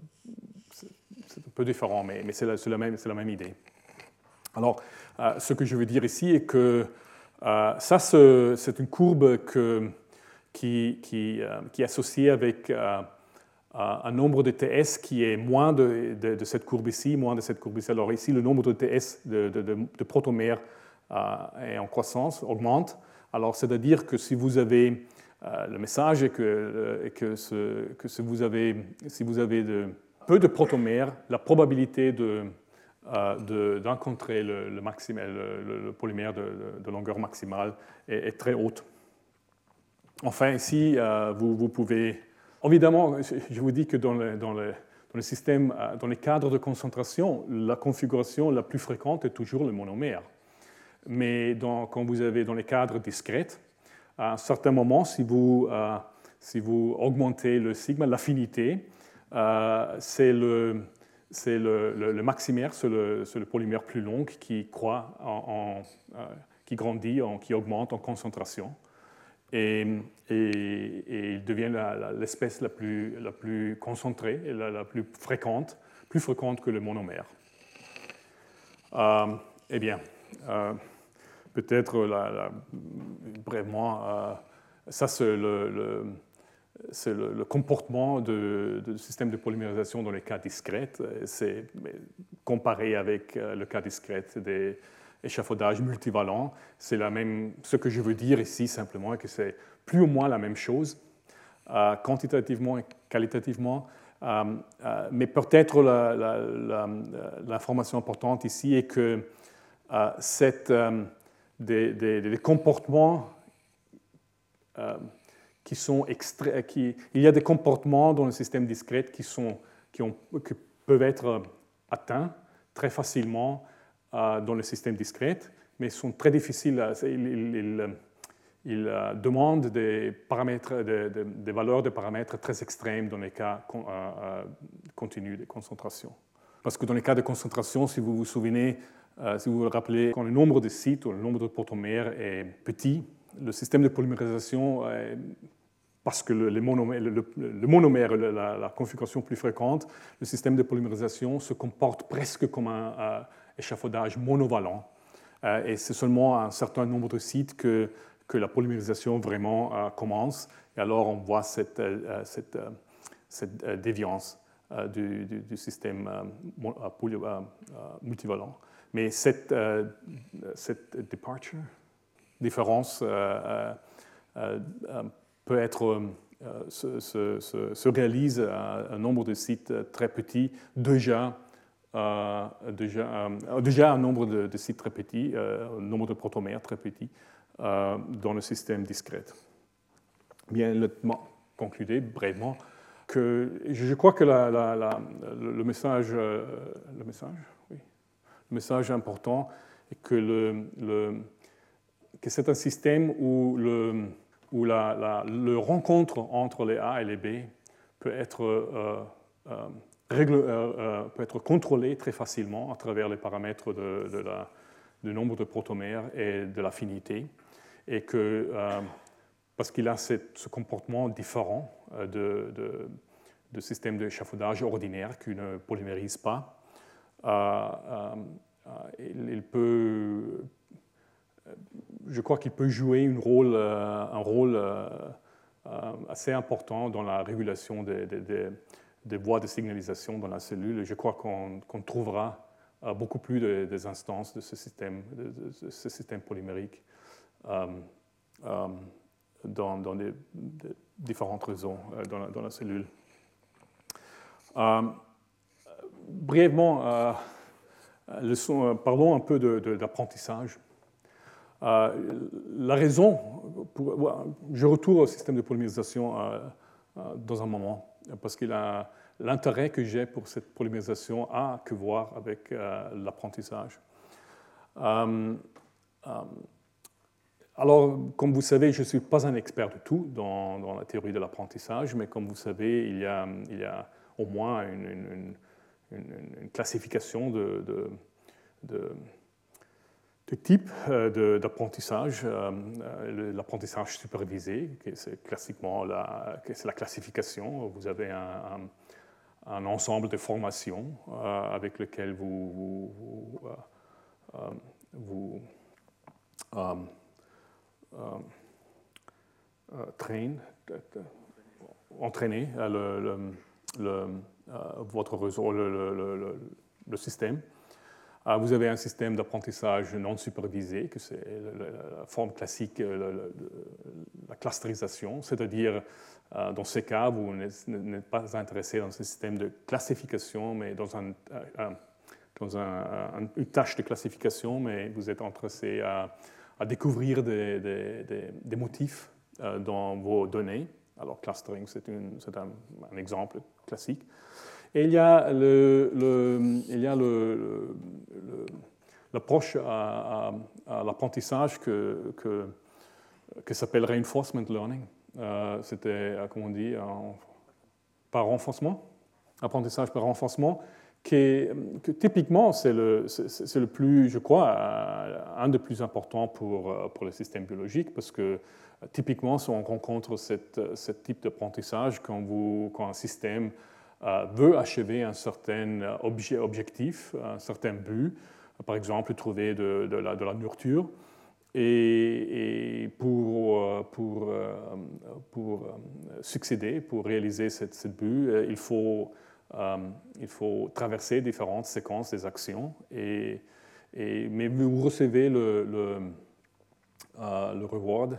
C'est un peu différent, mais, mais c'est la, la, la même idée. Alors, euh, ce que je veux dire ici est que euh, ça, c'est une courbe que, qui, qui, euh, qui est associée avec euh, un nombre de T S qui est moins de, de, de cette courbe ici, moins de cette courbe ici. Alors ici, le nombre de T S de, de, de, de protomères euh, est en croissance, augmente. Alors, c'est-à-dire que si vous avez euh, le message est que, euh, que, ce, que si vous avez, si vous avez de peu de protomères, la probabilité d'encontrer de, euh, le, le, le, le polymère de, de, de longueur maximale est, est très haute. Enfin, ici, euh, vous, vous pouvez... Évidemment, je vous dis que dans le, dans le, dans le système, dans les cadres de concentration, la configuration la plus fréquente est toujours le monomère. Mais dans, quand vous avez dans les cadres discrets, à un certain moment, si vous, euh, si vous augmentez le sigma, l'affinité, Euh, c'est le, le, le, le maximaire, c'est le, le polymère plus long qui croît, en, en, euh, qui grandit, en, qui augmente en concentration. Et, et, et il devient l'espèce la, la, plus, la plus concentrée et la, la plus fréquente, plus fréquente que le monomère. Euh, eh bien, euh, peut-être brièvement, euh, ça c'est le, le c'est le, le comportement de, de système de polymérisation dans les cas discrets. C'est comparé avec le cas discret des échafaudages multivalents. C'est la même, ce que je veux dire ici simplement, que c'est plus ou moins la même chose, euh, quantitativement et qualitativement. Euh, euh, mais peut-être la, la, la, l'information importante ici est que euh, cette, euh, des, des, des comportements euh, qui sont extra... qui... il y a des comportements dans le système discret qui, sont, qui, ont, qui peuvent être atteints très facilement euh, dans le système discret, mais sont très difficiles. À... Ils, ils, ils, ils euh, demandent des, paramètres, des, des, des valeurs de paramètres très extrêmes dans les cas con, euh, continus de concentration. Parce que dans les cas de concentration, si vous vous souvenez, euh, si vous vous rappelez, quand le nombre de sites ou le nombre de protomères est petit, le système de polymérisation, euh, parce que le, le, monomère, le, le monomère est la, la configuration plus fréquente, le système de polymérisation se comporte presque comme un euh, échafaudage monovalent. Euh, et c'est seulement à un certain nombre de sites que, que la polymérisation vraiment euh, commence. Et alors on voit cette, euh, cette, euh, cette euh, déviance euh, du, du, du système euh, poly, euh, multivalent. Mais cette, euh, cette departure, différence euh, euh, euh, peut être, euh, se, se, se, se réalise à un nombre de sites très petits, déjà, euh, déjà, euh, déjà un nombre de, de sites très petits, euh, un nombre de protomères très petits euh, dans le système discret. Bien, le, concludez brièvement que je crois que la, la, la, le message, le message, oui, le message important est que le, le que c'est un système où, le, où la, la, le rencontre entre les A et les B peut être, euh, euh, règle, euh, euh, peut être contrôlée très facilement à travers les paramètres de, de la, du nombre de protomères et de l'affinité, et que, euh, parce qu'il a cette, ce comportement différent de, de, de systèmes d'échafaudage ordinaire qui ne polymérisent pas, euh, euh, il, il peut... Je crois qu'il peut jouer une rôle, euh, un rôle euh, euh, assez important dans la régulation des, des, des, des voies de signalisation dans la cellule. Et je crois qu'on, qu'on trouvera euh, beaucoup plus de, des instances de ce système, de, de ce système polymérique euh, euh, dans, dans des, des différentes raisons euh, dans, la, dans la cellule. Euh, brièvement, euh, leçon, parlons un peu de, de, d'apprentissage. Euh, la raison, pour, je retourne au système de polymérisation euh, euh, dans un moment, parce que l'intérêt que j'ai pour cette polymérisation a que voir avec euh, l'apprentissage. Euh, euh, alors, comme vous savez, je ne suis pas un expert de tout dans, dans la théorie de l'apprentissage, mais comme vous savez, il y a, il y a au moins une, une, une, une classification de, de, de de type d'apprentissage, l'apprentissage supervisé, c'est classiquement la, c'est la classification. Vous avez un, un, un ensemble de formations euh, avec lesquelles vous vous, vous, euh, vous euh, euh, euh, traînez, entraînez le, le, le, euh, votre réseau, le, le, le, le système. Vous avez un système d'apprentissage non supervisé, que c'est la forme classique, la clusterisation, c'est-à-dire, dans ces cas, vous n'êtes pas intéressé dans un système de classification, mais dans, un, dans un, une tâche de classification, mais vous êtes intéressé à, à découvrir des, des, des, des motifs dans vos données. Alors, clustering, c'est, une, c'est un, un exemple classique. Et il y a, le, le, il y a le, le, l'approche à, à, à l'apprentissage que, que, que s'appelle reinforcement learning. Euh, c'était, comment on dit, un, par renforcement, apprentissage par renforcement, qui est, que typiquement, c'est le, c'est, c'est le plus, je crois, un des plus importants pour, pour le système biologique, parce que typiquement, on rencontre cette, ce type d'apprentissage quand, vous, quand un système Euh, veut achever un certain objet, objectif, un certain but, par exemple trouver de, de, la, de la nourriture, Et, et pour, pour, pour succéder, pour réaliser cette, cette but, il faut, il faut traverser différentes séquences des actions. Et, et, mais vous recevez le, le, le reward,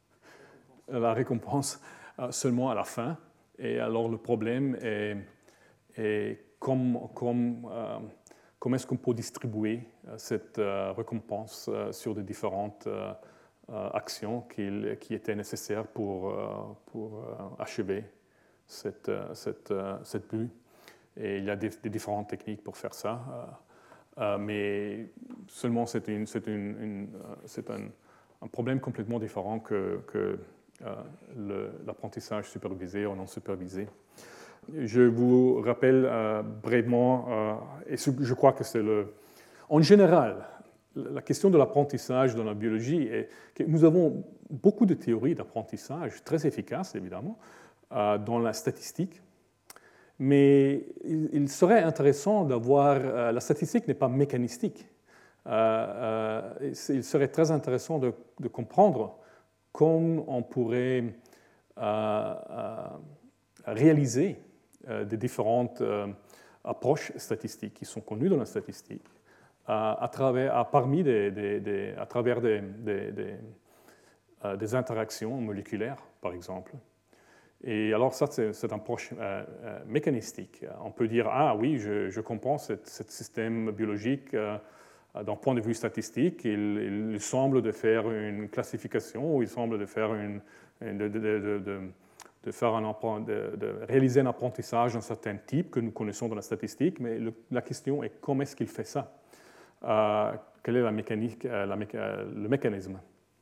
la récompense, seulement à la fin. Et alors le problème est, est comme, comme, euh, comment est-ce qu'on peut distribuer cette euh, récompense euh, sur les différentes euh, euh, actions qui, qui étaient nécessaires pour, euh, pour euh, achever cette, cette, cette but. Et il y a des, des différentes techniques pour faire ça. Euh, euh, mais seulement c'est, une, c'est, une, une, c'est un, un problème complètement différent que, que euh, le, l'apprentissage supervisé ou non supervisé. Je vous rappelle euh, brièvement, euh, et je crois que c'est le... En général, la question de l'apprentissage dans la biologie est que nous avons beaucoup de théories d'apprentissage très efficaces, évidemment, euh, dans la statistique, mais il, il serait intéressant d'avoir... Euh, la statistique n'est pas mécanistique. Euh, euh, il serait très intéressant de, de comprendre comment on pourrait euh, euh, réaliser euh, des différentes euh, approches statistiques qui sont connues dans la statistique euh, à, travers, à, parmi des, des, des, à travers des, des, des, euh, des interactions moléculaires, par exemple. Et alors ça, c'est cette approche euh, euh, mécanistique. On peut dire, ah oui, je, je comprends ce système biologique euh, d'un point de vue statistique. Il, il semble de faire une classification, ou il semble de faire une... une de, de, de, de, de, faire un, de, de réaliser un apprentissage d'un certain type que nous connaissons dans la statistique, mais le, la question est comment est-ce qu'il fait ça? Euh, quel est la mécanique, euh, la méca, le mécanisme?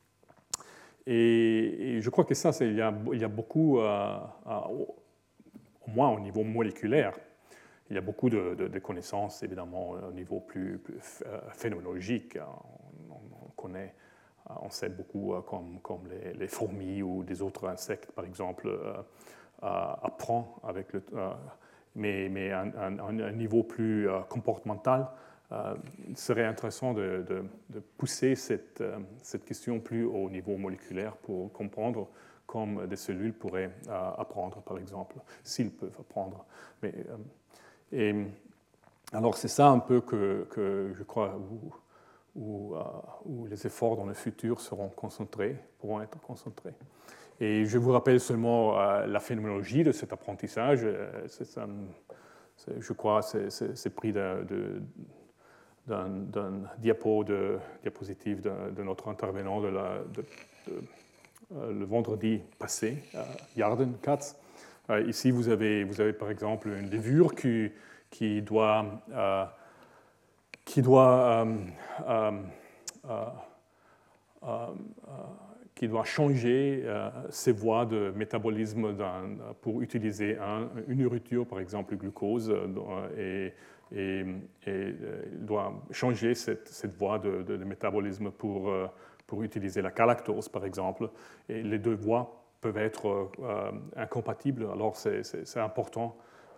Et, et je crois que ça, c'est, il, y a, il y a beaucoup, euh, euh, au, au moins au niveau moléculaire, il y a beaucoup de, de, de connaissances, évidemment, au niveau plus, plus phénoménologique. On, on connaît, on sait beaucoup, comme, comme les, les fourmis ou des autres insectes, par exemple, euh, apprennent avec le... Euh, mais, mais à un, un, un niveau plus euh, comportemental, euh, il serait intéressant de, de, de pousser cette, euh, cette question plus au niveau moléculaire pour comprendre comme des cellules pourraient euh, apprendre, par exemple, s'ils peuvent apprendre. Mais, euh, et alors c'est ça un peu que, que je crois où, où, euh, où les efforts dans le futur seront concentrés, pourront être concentrés. Et je vous rappelle seulement euh, la phénoménologie de cet apprentissage. C'est un, c'est, je crois c'est, c'est, c'est pris de, de, d'un, d'un diapo de, diapositive de, de notre intervenant de la, de, de, euh, le vendredi passé, euh, Yarden Katz. Euh, ici, vous avez, vous avez par exemple une levure qui, qui doit, euh, qui doit, euh, euh, euh, euh, qui doit changer euh, ses voies de métabolisme pour utiliser un, une nourriture, par exemple le glucose, euh, et, et, et il doit changer cette, cette voie de, de, de métabolisme pour, euh, pour utiliser la galactose, par exemple. Et les deux voies peuvent être euh, incompatibles. Alors c'est, c'est, c'est important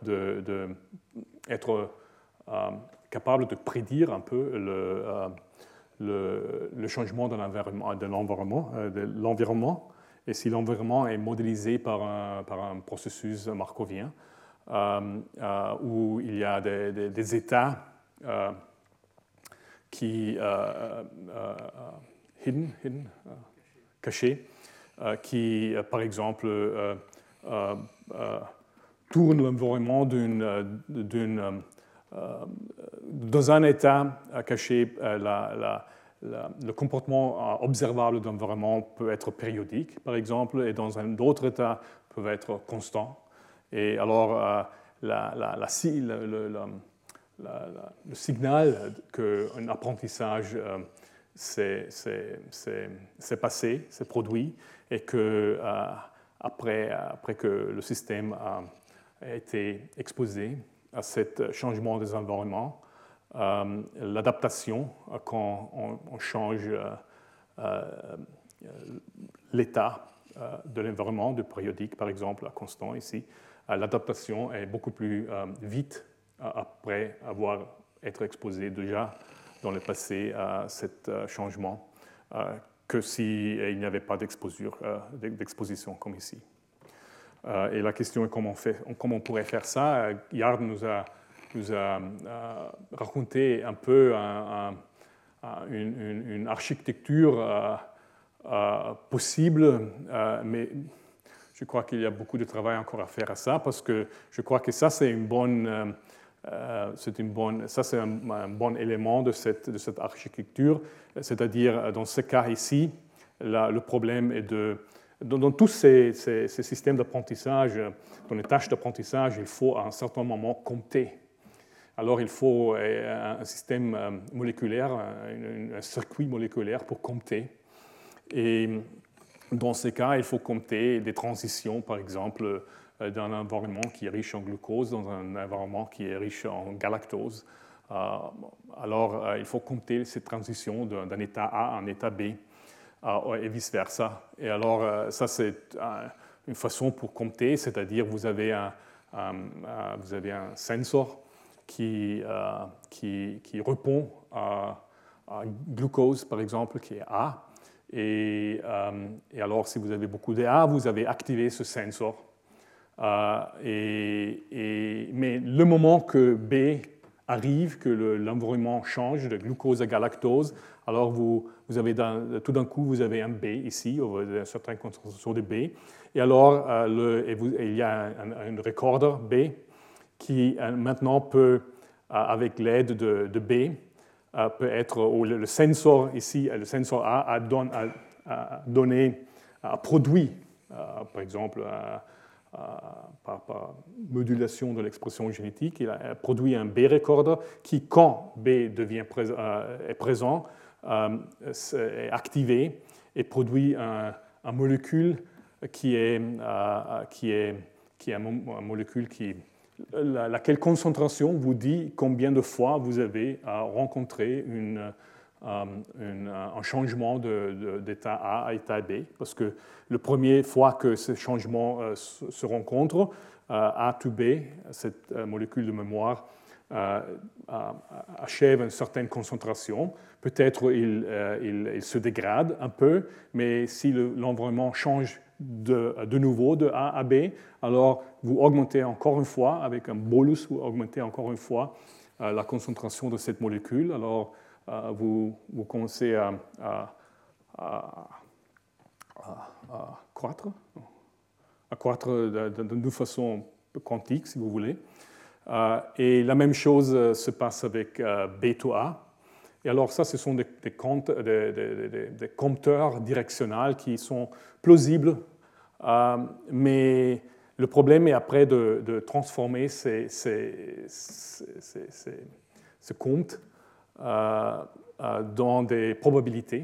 d'être euh, capable de prédire un peu le, euh, le, le changement de l'environnement, de l'environnement, euh, de l'environnement. Et si l'environnement est modélisé par un, par un processus markovien, euh, euh, où il y a des, des, des états euh, qui euh, euh, hidden, hidden, euh, cachés, euh, qui, euh, par exemple, euh, euh, euh, tournent l'environnement d'une, d'une, euh, dans un état caché. La, la, la, le comportement observable de l'environnement peut être périodique, par exemple, et dans un autre état peut être constant. Et alors, euh, la, la, la, le, le, le, le signal qu'un apprentissage euh, s'est, s'est, s'est, s'est passé, s'est produit, et que euh, après, après que le système a, a été exposé à ce changement des environnements, euh, l'adaptation, quand on, on change euh, euh, l'état euh, de l'environnement, de périodique par exemple à constant ici, euh, l'adaptation est beaucoup plus euh, vite euh, après avoir été exposé déjà dans le passé à ce euh, changement euh, que s'il n'y avait pas d'exposition comme ici. Euh, et la question est comment on, fait, comment on pourrait faire ça. Yard nous a, nous a euh, raconté un peu un, un, une, une, une architecture euh, euh, possible, euh, mais je crois qu'il y a beaucoup de travail encore à faire à ça, parce que je crois que ça, c'est une bonne... Euh, Euh, c'est une bonne, ça, c'est un, un bon élément de cette, de cette architecture, c'est-à-dire, dans ce cas ici, là, le problème est de... Dans, dans tous ces, ces, ces systèmes d'apprentissage, dans les tâches d'apprentissage, il faut à un certain moment compter. Alors, il faut un, un système moléculaire, un, un circuit moléculaire pour compter. Et dans ces cas, il faut compter des transitions, par exemple, d'un environnement qui est riche en glucose dans un environnement qui est riche en galactose. Euh, alors, euh, il faut compter ces transitions d'un état A à un état B euh, et vice-versa. Et alors, euh, ça, c'est euh, une façon pour compter, c'est-à-dire vous avez un, un, un, vous avez un sensor qui, euh, qui, qui répond à, à glucose, par exemple, qui est A. Et, euh, et alors, si vous avez beaucoup de A, vous avez activé ce sensor. Euh, et, et, mais le moment que B arrive, que l'environnement change de glucose à galactose, alors vous, vous avez dans, tout d'un coup, vous avez un B ici, une certaine concentration de B. Et alors, euh, le, et vous, et il y a un, un, un recorder B qui euh, maintenant peut, euh, avec l'aide de, de B, euh, peut être, ou le, le sensor ici, le sensor A a, don, a, a donné, a produit, euh, par exemple, euh, Euh, par, par modulation de l'expression génétique, il a produit un B-recorder qui, quand B devient pré euh, est présent, euh, est activé et produit un, un molécule qui est, euh, qui est, qui est un, un molécule qui, la, laquelle concentration vous dit combien de fois vous avez euh, rencontré une Um, une, un changement d'état A à état B, parce que la première fois que ce changement euh, se, se rencontre, euh, A to B, cette euh, molécule de mémoire, euh, achève une certaine concentration. Peut-être il, euh, il, il se dégrade un peu, mais si l'environnement change de, de nouveau de A à B, alors vous augmentez encore une fois, avec un bolus, vous augmentez encore une fois euh, la concentration de cette molécule. Alors, Uh, vous, vous commencez à, à, à, à, à croître, à croître d'une façon quantique, si vous voulez. Uh, et la même chose se passe avec uh, B to A. Et alors ça, ce sont des, des, comptes, des, des, des, des compteurs directionnels qui sont plausibles, uh, mais le problème est après de, de transformer ces, ces, ces, ces, ces, ces comptes Euh, euh, dans des probabilités.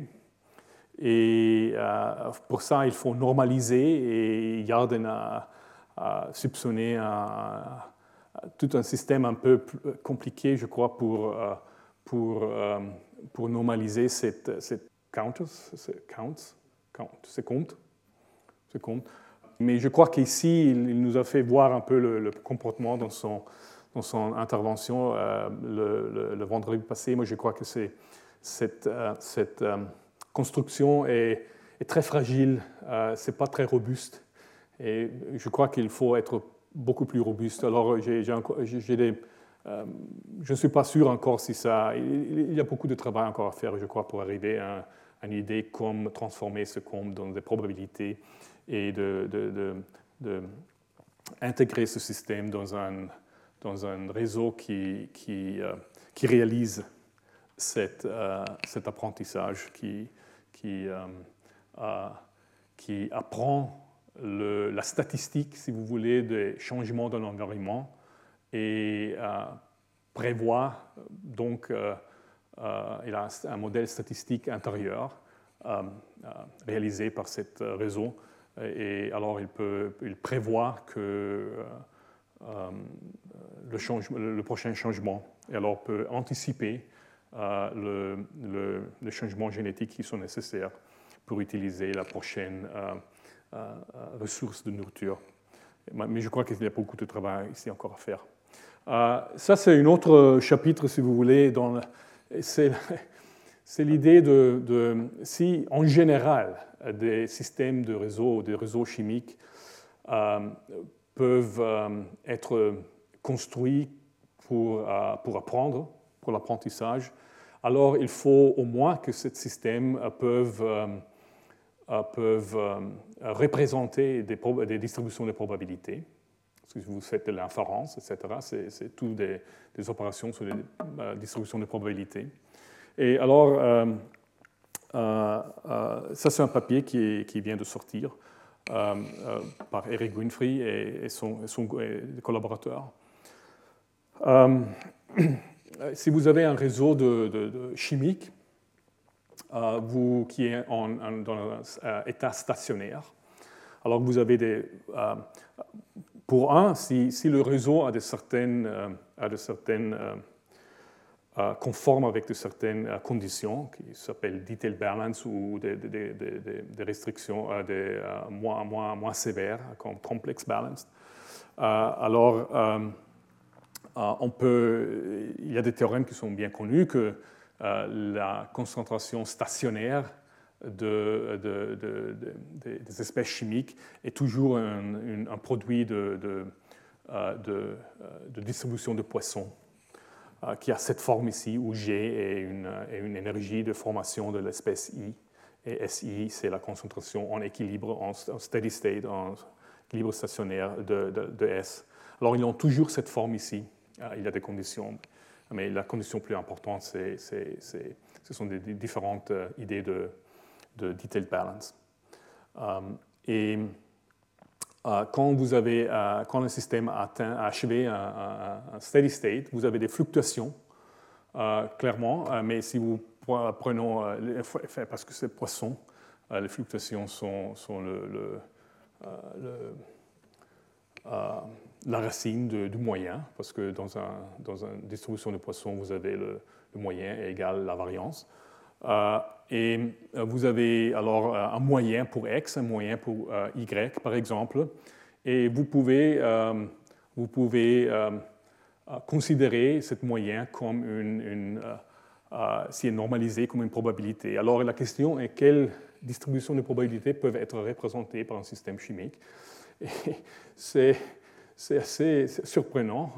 Et euh, pour ça, il faut normaliser, et Yarden a, a soupçonné un, a, tout un système un peu compliqué, je crois, pour, pour, pour normaliser cette, cette counters, ces counts, count, ces comptes, ces comptes. Mais je crois qu'ici, il nous a fait voir un peu le, le comportement dans son dans son intervention euh, le, le, le vendredi passé. Moi, je crois que cette, euh, cette euh, construction est, est très fragile, euh, ce n'est pas très robuste. Et je crois qu'il faut être beaucoup plus robuste. Alors, j'ai, j'ai encore, j'ai des, euh, je ne suis pas sûr encore si ça... Il, il y a beaucoup de travail encore à faire, je crois, pour arriver à, à une idée comme transformer ce compte dans des probabilités et de, de, de, de intégrer ce système dans un... dans un réseau qui, qui, euh, qui réalise cette, euh, cet apprentissage, qui, qui, euh, euh, qui apprend le, la statistique, si vous voulez, des changements dans l'environnement et euh, prévoit, donc, euh, euh, il a un modèle statistique intérieur euh, euh, réalisé par ce réseau, et alors il, peut, il prévoit que euh, Euh, le, changement, le prochain changement, et alors peut anticiper euh, le, le, les changements génétiques qui sont nécessaires pour utiliser la prochaine euh, euh, ressource de nourriture. Mais je crois qu'il y a beaucoup de travail ici encore à faire. Euh, ça, c'est un autre chapitre, si vous voulez. Dans le, c'est, c'est l'idée de, de, si en général des systèmes de réseau, des réseaux chimiques euh, peuvent euh, être construits pour, euh, pour apprendre, pour l'apprentissage, alors il faut au moins que ces systèmes peuvent, euh, peuvent euh, représenter des, des distributions de probabilités. Si vous faites de l'inférence, et cetera, c'est, c'est tout des, des opérations sur les euh, distributions de probabilités. Et alors, euh, euh, euh, ça c'est un papier qui, est, qui vient de sortir euh, euh, par Eric Winfrey et, et, son, et son et des collaborateurs. Euh, si vous avez un réseau de, de, de chimique euh, vous, qui est en, en, dans un euh, état stationnaire, alors vous avez des... Euh, pour un, si, si le réseau a de certaines, euh, a de certaines euh, euh, conforme avec de certaines euh, conditions qui s'appellent detail balance ou des, des, des, des, des restrictions euh, des, euh, moins, moins, moins sévères comme complex balance, euh, alors euh, euh, on peut, il y a des théorèmes qui sont bien connus que euh, la concentration stationnaire De, de, de, de, des espèces chimiques est toujours un, un, un produit de, de, de, de distribution de Poisson euh, qui a cette forme ici où G est une, est une énergie de formation de l'espèce I et S I c'est la concentration en équilibre, en, en steady state, en équilibre stationnaire de, de, de S. Alors ils ont toujours cette forme ici. Euh, il y a des conditions, mais la condition plus importante, c'est, c'est, c'est, ce sont des, des différentes euh, idées de de detailed balance. Um, et uh, quand, vous avez, uh, quand le système a atteint, a achevé un, un, un steady state, vous avez des fluctuations, uh, clairement, uh, mais si vous prenons, uh, parce que c'est Poisson, uh, les fluctuations sont, sont le, le, uh, le, uh, la racine de, du moyen, parce que dans, un, dans une distribution de Poisson, vous avez le, le moyen égale la variance. Uh, et vous avez alors un moyen pour X, un moyen pour uh, Y, par exemple, et vous pouvez, um, vous pouvez um, uh, considérer cette moyen comme une, une uh, uh, si est normalisé comme une probabilité. Alors la question est quelles distributions de probabilités peuvent être représentées par un système chimique. Et c'est, c'est assez surprenant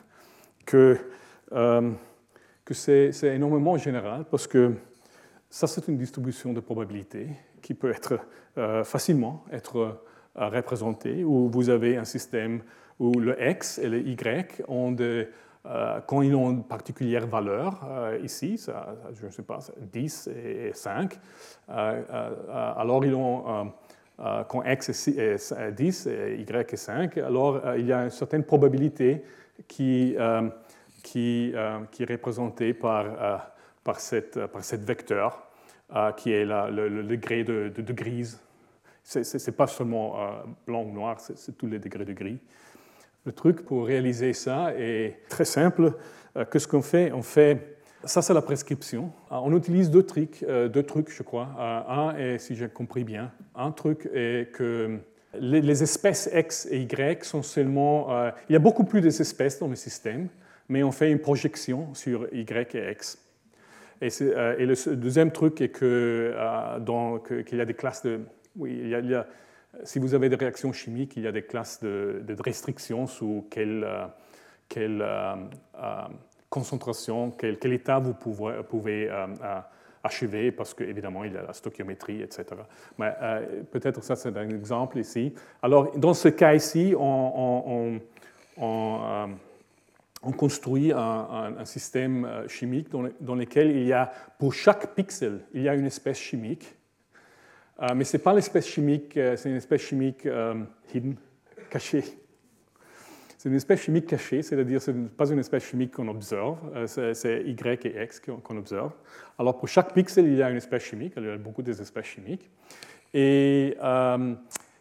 que, um, que c'est, c'est énormément général parce que ça, c'est une distribution de probabilité qui peut être euh, facilement être euh, représentée, où vous avez un système où le X et le Y ont de, euh, quand ils ont une particulière valeur, euh, ici, ça, je ne sais pas, dix et cinq, euh, euh, alors ils ont, euh, quand X est dix et Y est cinq, alors euh, il y a une certaine probabilité qui, euh, qui, euh, qui est représentée par... Euh, Par, cette, par cette vecteur euh, qui est la, le, le degré de, de, de grise. Ce n'est pas seulement euh, blanc ou noir, c'est tous les degrés de gris. Le truc pour réaliser ça est très simple. Euh, Qu'est-ce qu'on fait? On fait, ça c'est la prescription. Euh, on utilise deux trucs, euh, deux trucs je crois. Euh, un est, si j'ai compris bien, un truc est que les, les espèces X et Y sont seulement... Euh, il y a beaucoup plus d'espèces dans le système, mais on fait une projection sur Y et X. Et, euh, et le deuxième truc est que, euh, dans, que, qu'il y a des classes de... Oui, il y a, il y a, si vous avez des réactions chimiques, il y a des classes de, de restrictions sous quelle, euh, quelle euh, euh, concentration, quel, quel état vous pouvez, pouvez euh, euh, achever, parce qu'évidemment, il y a la stoichiométrie, et cetera. Mais euh, peut-être ça, c'est un exemple ici. Alors, dans ce cas ici, on... on, on, on euh, on construit un, un, un système chimique dans, le, dans lequel il y a, pour chaque pixel, il y a une espèce chimique. Euh, mais ce n'est pas l'espèce chimique, c'est une espèce chimique euh, hidden, cachée. C'est une espèce chimique cachée, c'est-à-dire que ce n'est pas une espèce chimique qu'on observe, c'est, c'est Y et X qu'on observe. Alors pour chaque pixel, il y a une espèce chimique, il y a beaucoup d'espèces chimiques. Et, euh,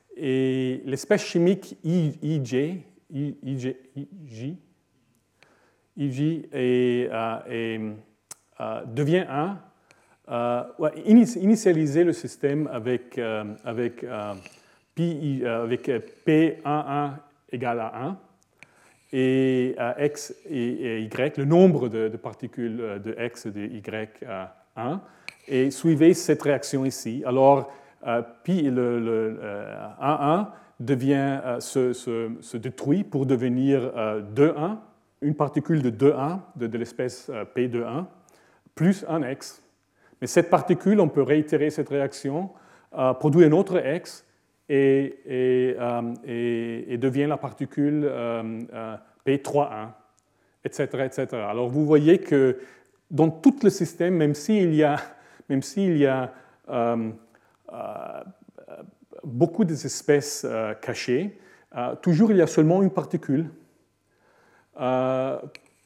et l'espèce chimique I, IJ, I, IJ, IJ, I J est, euh, est, euh, devient un, euh, ouais, initialiser le système avec, euh, avec, euh, P, euh, avec P un un égale à un, et à x et, et y, le nombre de, de particules de x et de y à un, et suivez cette réaction ici. Alors, euh, pi, le, le euh, un un devient, euh, se, se, se détruit pour devenir euh, deux un, une particule de deux un, de, de l'espèce euh, P deux un, plus un x. Mais cette particule, on peut réitérer cette réaction, euh, produit un autre x, et, et, euh, et, et devient la particule euh, euh, P trois un, et cetera, et cetera. Alors vous voyez que dans tout le système, même s'il y a, même s'il y a euh, euh, beaucoup d'espèces euh, cachées, euh, toujours il y a seulement une particule. Euh,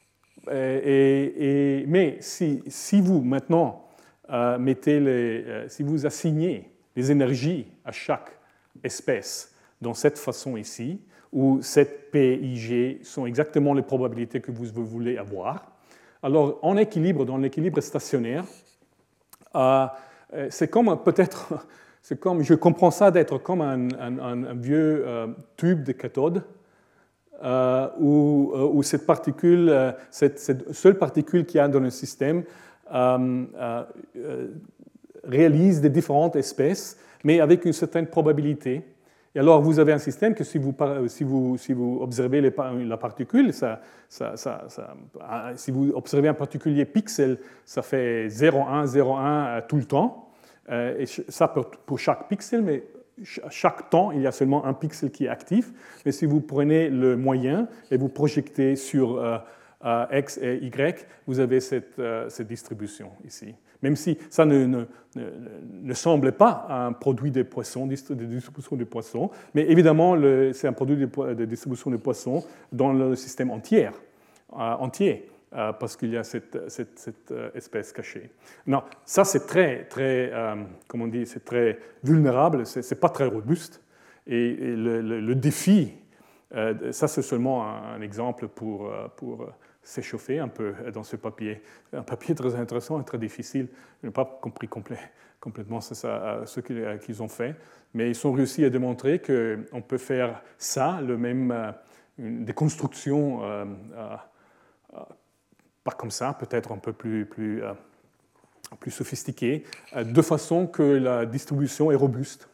et, et, mais si, si vous maintenant euh, mettez les, euh, si vous assignez les énergies à chaque espèce dans cette façon ici, où cette P I G sont exactement les probabilités que vous voulez avoir, alors en équilibre, dans l'équilibre stationnaire, euh, c'est comme peut-être, c'est comme, je comprends ça d'être comme un, un, un vieux euh, tube de cathode, euh, où, euh, où cette particule, euh, cette, cette seule particule qu'il y a dans le système, euh, euh, réalise des différentes espèces, mais avec une certaine probabilité. Et alors, vous avez un système que si vous, si vous, si vous observez les, la particule, ça, ça, ça, ça, si vous observez un particulier pixel, ça fait zéro un, zéro un tout le temps. Et ça pour, pour chaque pixel, mais chaque temps, il y a seulement un pixel qui est actif. Mais si vous prenez le moyen et vous projectez sur euh, euh, X et Y, vous avez cette, euh, cette distribution ici. Même si ça ne, ne, ne, ne semble pas un produit des poissons, de distribution des poissons, mais évidemment, c'est un produit de, de distribution des poissons dans le système entier, euh, entier euh, parce qu'il y a cette, cette, cette euh, espèce cachée. Non, ça c'est très, très, euh, comment on dit, c'est très vulnérable, c'est, c'est pas très robuste, et, et le, le, le défi, euh, ça c'est seulement un, un exemple pour, pour s'échauffer un peu dans ce papier. Un papier très intéressant et très difficile. Je n'ai pas compris complet, complètement ça, ce qu'ils ont fait, mais ils ont réussi à démontrer qu'on peut faire ça, le même, une, des constructions, euh, euh, pas comme ça, peut-être un peu plus, plus, euh, plus sophistiquées, euh, de façon que la distribution est robuste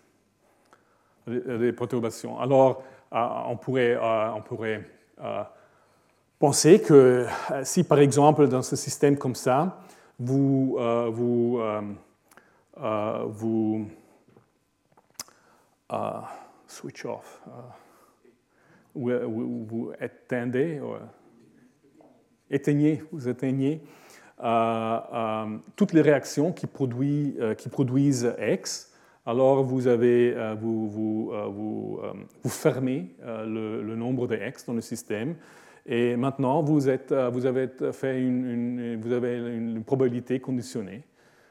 des perturbations. Alors, euh, on pourrait... Euh, on pourrait euh, Pensez que si, par exemple, dans ce système comme ça, vous, euh, vous, euh, euh, vous uh, switch off, uh, vous, vous, vous éteindez, ou, éteignez, vous éteignez euh, euh, toutes les réactions qui, produit, euh, qui produisent X, alors vous, avez, euh, vous, vous, euh, vous, euh, vous fermez euh, le, le nombre de X dans le système. Et maintenant, vous, êtes, vous, avez fait une, une, vous avez une probabilité conditionnée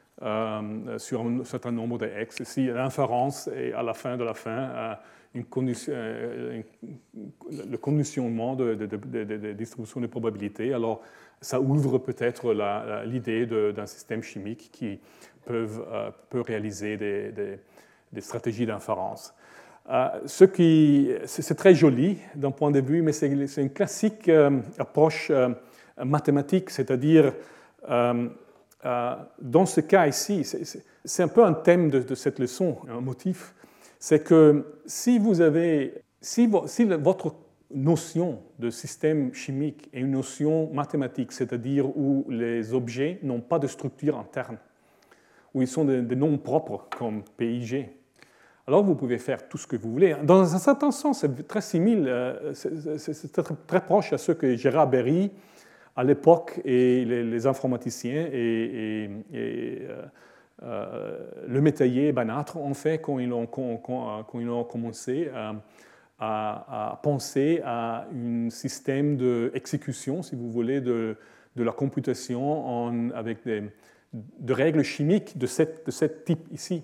euh, sur un certain nombre de x. Si l'inférence est à la fin de la fin une condition, une, le conditionnement de, de, de, de, de distribution de probabilités, alors ça ouvre peut-être l'idée d'un système chimique qui peut, euh, peut réaliser des, des, des stratégies d'inférence. Euh, ce qui, c'est très joli d'un point de vue, mais c'est une classique euh, approche euh, mathématique, c'est-à-dire, euh, euh, dans ce cas ici, c'est un peu un thème de, de cette leçon, un motif, c'est que si vous avez, si, vo, si le, votre notion de système chimique est une notion mathématique, c'est-à-dire où les objets n'ont pas de structure interne, où ils sont des, des noms propres comme P I G, alors vous pouvez faire tout ce que vous voulez. Dans un certain sens, c'est très similaire, c'est très, très proche à ce que Gérard Berry, à l'époque, et les, les informaticiens et, et, et euh, euh, le métayer Banâtre ont fait quand ils ont, quand, quand, quand ils ont commencé à, à, à penser à un système d'exécution, si vous voulez, de, de la computation en, avec des de règles chimiques de, cette, de ce type ici.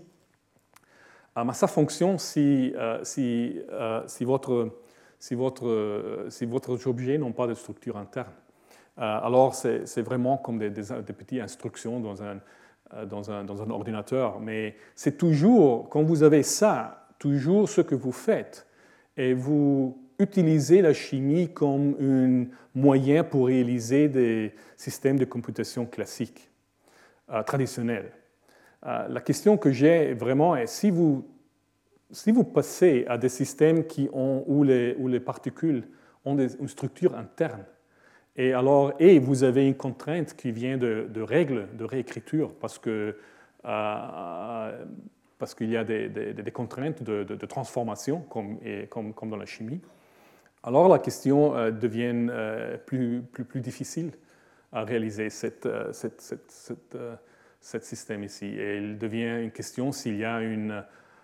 Ah, ça fonctionne si, euh, si, euh, si, votre, si, votre, euh, si votre objet n'a pas de structure interne. Euh, alors, c'est vraiment comme des, des, des petites instructions dans un, euh, dans, un, dans un ordinateur. Mais c'est toujours, quand vous avez ça, toujours ce que vous faites, et vous utiliser la chimie comme un moyen pour réaliser des systèmes de computation classiques, euh, traditionnels. Euh, la question que j'ai vraiment est si vous, si vous passez à des systèmes qui ont, où, les, où les particules ont des, une structure interne, et, alors, et vous avez une contrainte qui vient de, de règles de réécriture, parce que euh, parce qu'il y a des, des, des contraintes de, de, de transformation, comme, et, comme, comme dans la chimie, alors la question euh, devient euh, plus, plus, plus difficile à réaliser cette, euh, cette, cette, cette, euh, cette système ici. Et il devient une question s'il y a une,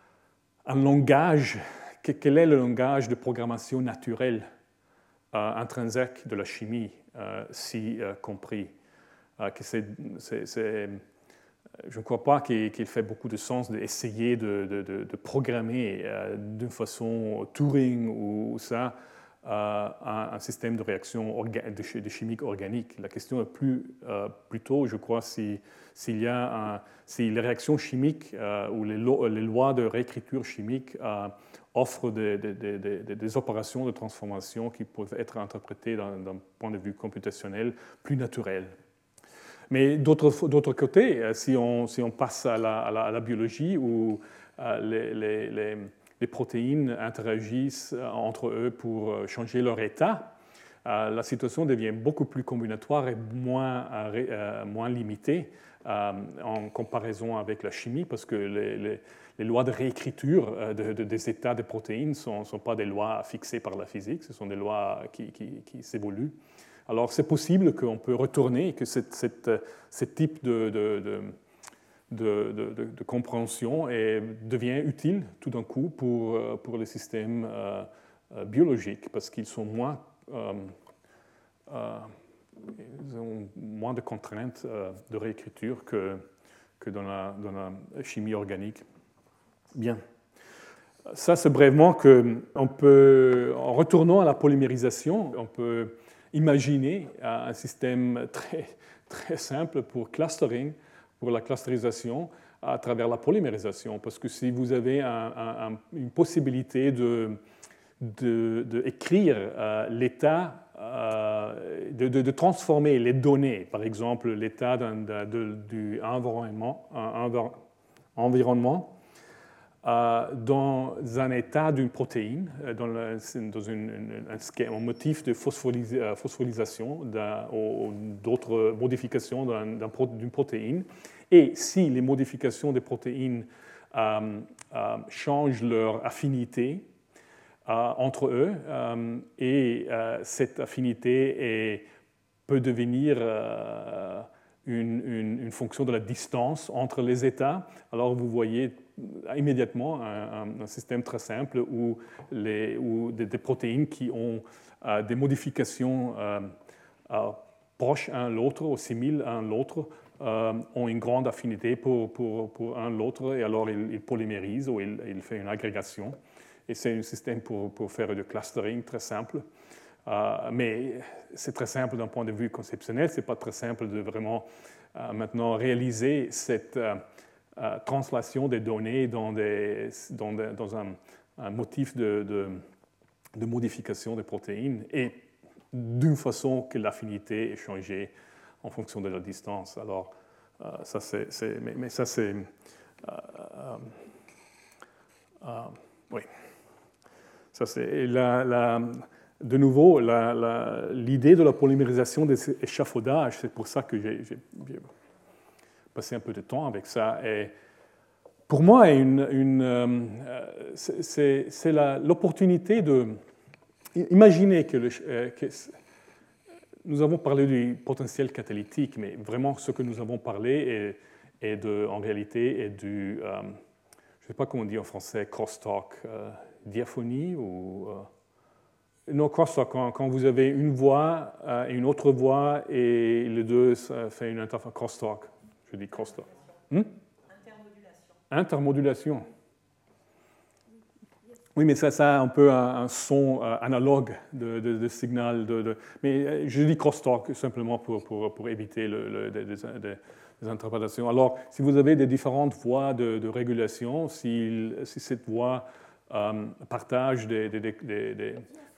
un langage, quel est le langage de programmation naturelle euh, intrinsèque de la chimie, euh, si euh, compris. Euh, que c'est, c'est, c'est, je ne crois pas qu'il, qu'il fait beaucoup de sens d'essayer de, de, de, de programmer euh, d'une façon Turing ou, ou ça euh, un, un système de réaction orga, de, de chimique organique. La question est plus, euh, plutôt, je crois, si, s'il y a un, si les réactions chimiques euh, ou les, lo, les lois de réécriture chimique euh, offrent des, des, des, des opérations de transformation qui peuvent être interprétées d'un, d'un point de vue computationnel plus naturel. Mais d'autre, d'autre côté, si on, si on passe à la, à la, à la biologie où euh, les, les, les, les protéines interagissent entre eux pour changer leur état, euh, la situation devient beaucoup plus combinatoire et moins, euh, moins limitée euh, en comparaison avec la chimie, parce que les, les, les lois de réécriture de, de, des états des protéines ne sont, sont pas des lois fixées par la physique, ce sont des lois qui, qui, qui s'évoluent. Alors, c'est possible qu'on peut retourner, que cette, cette, ce type de, de, de, de, de, de compréhension est, devient utile tout d'un coup pour, pour les systèmes euh, biologiques, parce qu'ils sont moins, euh, euh, ils ont moins de contraintes euh, de réécriture que, que dans, la, dans la chimie organique. Bien. Ça, c'est brièvement qu'on peut, en retournant à la polymérisation, on peut imaginer un système très, très simple pour clustering, pour la clusterisation à travers la polymérisation. Parce que si vous avez un, un, une possibilité de, de, de écrire euh, l'état, euh, de, de, de transformer les données, par exemple l'état d'un, de, de, du environnement, un, un, environnement Euh, dans un état d'une protéine, dans, le, dans une, une, un, un motif de phosphorylis, phosphorylisation ou d'autres modifications d'un, d'un, d'une protéine. Et si les modifications des protéines euh, euh, changent leur affinité euh, entre eux, euh, et euh, cette affinité est, peut devenir euh, une, une, une fonction de la distance entre les états, alors vous voyez immédiatement un, un système très simple où, les, où des, des protéines qui ont euh, des modifications euh, euh, proches l'un l'autre ou similes l'un l'autre euh, ont une grande affinité pour, pour, pour un l'autre et alors ils, ils polymérisent ou ils, ils font une agrégation. Et c'est un système pour, pour faire du clustering très simple. Euh, mais c'est très simple d'un point de vue conceptionnel, ce n'est pas très simple de vraiment euh, maintenant réaliser cette euh, euh, translation des données dans, des, dans, des, dans un, un motif de, de, de modification des protéines et d'une façon que l'affinité est changée en fonction de la distance. Alors, euh, ça c'est, c'est mais, mais ça c'est, euh, euh, euh, oui, ça c'est la, la de nouveau, la, la, l'idée de la polymérisation des échafaudages, c'est pour ça que j'ai, j'ai, j'ai passé un peu de temps avec ça. Et pour moi, une, une, euh, c'est, c'est la, l'opportunité de... Imaginez que, le, que nous avons parlé du potentiel catalytique, mais vraiment ce que nous avons parlé est, est de, en réalité est du, euh, je ne sais pas comment on dit en français, crosstalk, euh, diaphonie ou... Euh, Non, crosstalk, quand, quand vous avez une voix euh, et une autre voix et les deux ça fait une interférence. Crosstalk, je dis crosstalk. Hmm? Intermodulation. Intermodulation. Oui, mais ça, ça a un peu un, un son euh, analogue de, de, de signal. De, de, mais je dis crosstalk simplement pour, pour, pour éviter le, le, des, des, des interprétations. Alors, si vous avez des différentes voies de, de régulation, si, si cette voie euh, partagent des... des, des, des, des,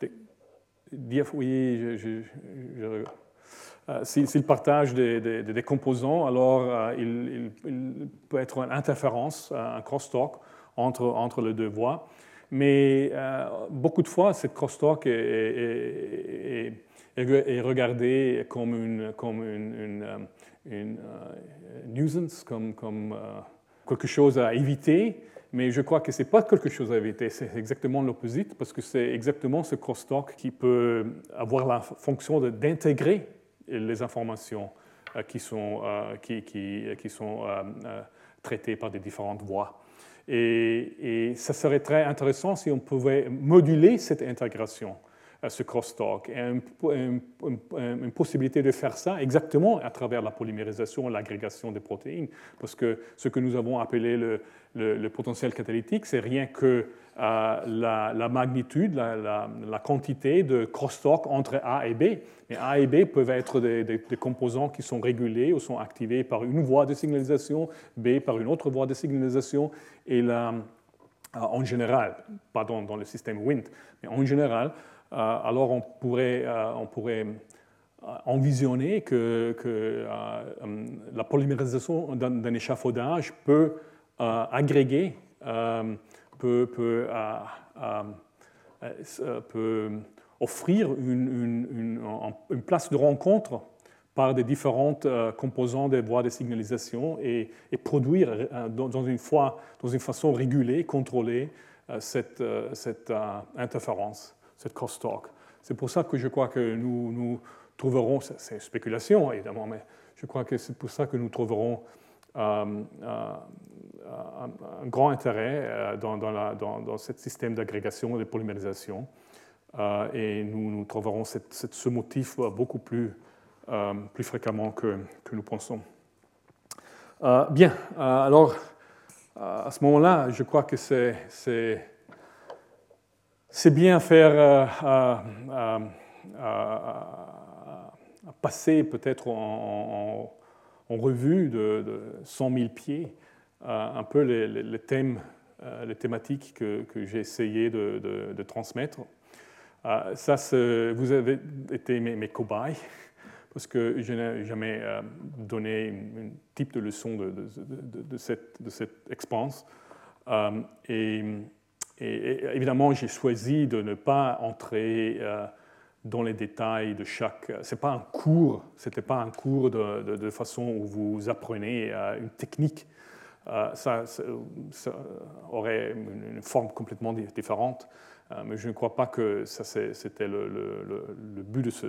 des oui, je... je, je Euh, S'il partage des, des, des composants, alors euh, il, il, il peut être une interférence, un crosstalk entre, entre les deux voies. Mais euh, beaucoup de fois, cette crosstalk est, est, est, est, est regardée comme une, comme une, une, une, une uh, nuisance, comme, comme uh, quelque chose à éviter. Mais je crois que ce n'est pas quelque chose à éviter, c'est exactement l'opposite, parce que c'est exactement ce crosstalk qui peut avoir la fonction d'intégrer les informations euh, qui sont, euh, qui, qui, qui sont euh, euh, traitées par des différentes voies. Et, et ça serait très intéressant si on pouvait moduler cette intégration, euh, ce crosstalk, et une, une, une, une possibilité de faire ça exactement à travers la polymérisation et l'agrégation des protéines, parce que ce que nous avons appelé le, le, le potentiel catalytique, c'est rien que euh, la, la magnitude, la, la, la quantité de crosstalk entre A et B. Mais A et B peuvent être des, des, des composants qui sont régulés ou sont activés par une voie de signalisation, B par une autre voie de signalisation. Et là, en général, pas dans, dans le système W I N T, mais en général, euh, alors on pourrait, euh, on pourrait envisionner que, que euh, la polymérisation d'un échafaudage peut euh, agréger, euh, peut, peut, euh, euh, peut offrir une, une, une, une place de rencontre par des différentes euh, composants des voies de signalisation et, et produire euh, dans, dans, une fois, dans une façon régulée, contrôlée, euh, cette, euh, cette euh, interférence, cette crosstalk. C'est pour ça que je crois que nous, nous trouverons, c'est une spéculation évidemment, mais je crois que c'est pour ça que nous trouverons euh, euh, un, un grand intérêt euh, dans, dans, la, dans, dans ce système d'agrégation et de polymérisation. Euh, et nous, nous trouverons cette, cette, ce motif beaucoup plus, euh, plus fréquemment que, que nous pensons. Euh, bien, euh, alors à ce moment-là, je crois que c'est, c'est, c'est bien faire euh, euh, euh, passer peut-être en, en, en revue de, de cent mille pieds euh, un peu les, les, les thèmes, euh, les thématiques que, que j'ai essayé de, de, de transmettre. Euh, ça, vous avez été mes, mes cobayes, parce que je n'ai jamais euh, donné un type de leçon de, de, de, de, cette, de cette expérience. Euh, et, et, et évidemment, j'ai choisi de ne pas entrer euh, dans les détails de chaque... Ce n'est pas un cours, ce n'était pas un cours de, de, de façon où vous apprenez euh, une technique. Euh, ça, ça, ça aurait une, une forme complètement différente. Mais je ne crois pas que ça, c'était le, le, le, le but de ce...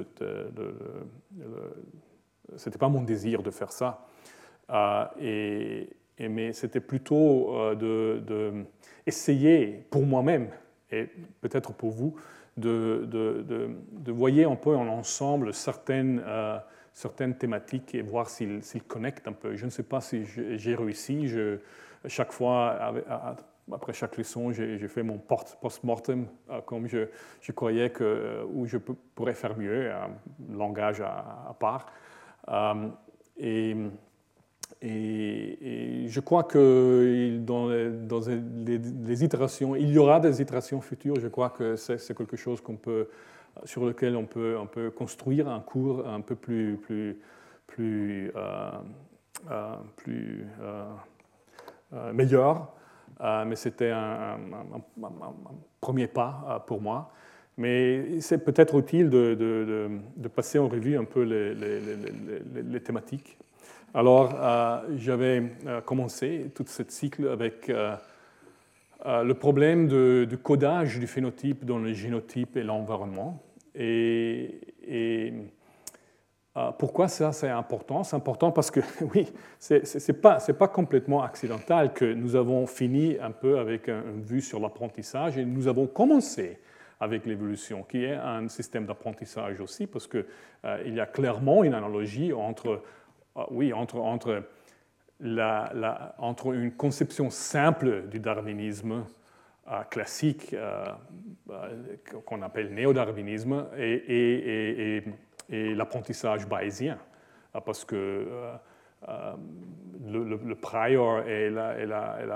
Ce n'était pas mon désir de faire ça. Euh, et, et, mais c'était plutôt euh, de, de essayer pour moi-même, et peut-être pour vous, de, de, de, de voyer un peu en ensemble certaines, euh, certaines thématiques et voir s'ils, s'ils connectent un peu. Je ne sais pas si j'ai réussi. Je, chaque fois... Avec, à, Après chaque leçon, j'ai, j'ai fait mon post-mortem, euh, comme je, je croyais que, euh, où je peux, pourrais faire mieux, un langage à, à part. Euh, et, et, et je crois que dans, les, dans les, les itérations, il y aura des itérations futures. Je crois que c'est, c'est quelque chose qu'on peut, sur lequel on peut, on peut construire un cours un peu plus, plus, plus, euh, euh, plus euh, euh, meilleur. Euh, mais c'était un, un, un, un premier pas euh, pour moi. Mais c'est peut-être utile de, de, de, de passer en revue un peu les, les, les, les thématiques. Alors, euh, j'avais euh, commencé tout ce cycle avec euh, euh, le problème de, du codage du phénotype dans le génotype et l'environnement. Et, et Euh, pourquoi ça, c'est important? C'est important parce que, oui, ce n'est pas, c'est pas complètement accidentel que nous avons fini un peu avec un, une vue sur l'apprentissage et nous avons commencé avec l'évolution, qui est un système d'apprentissage aussi, parce qu'il euh, y a clairement une analogie entre, euh, oui, entre, entre, la, la, entre une conception simple du darwinisme euh, classique, euh, euh, qu'on appelle néo-darwinisme, et, et, et, et et l'apprentissage bayésien, parce que euh, euh, le, le, le prior et la, et, la, et, la, et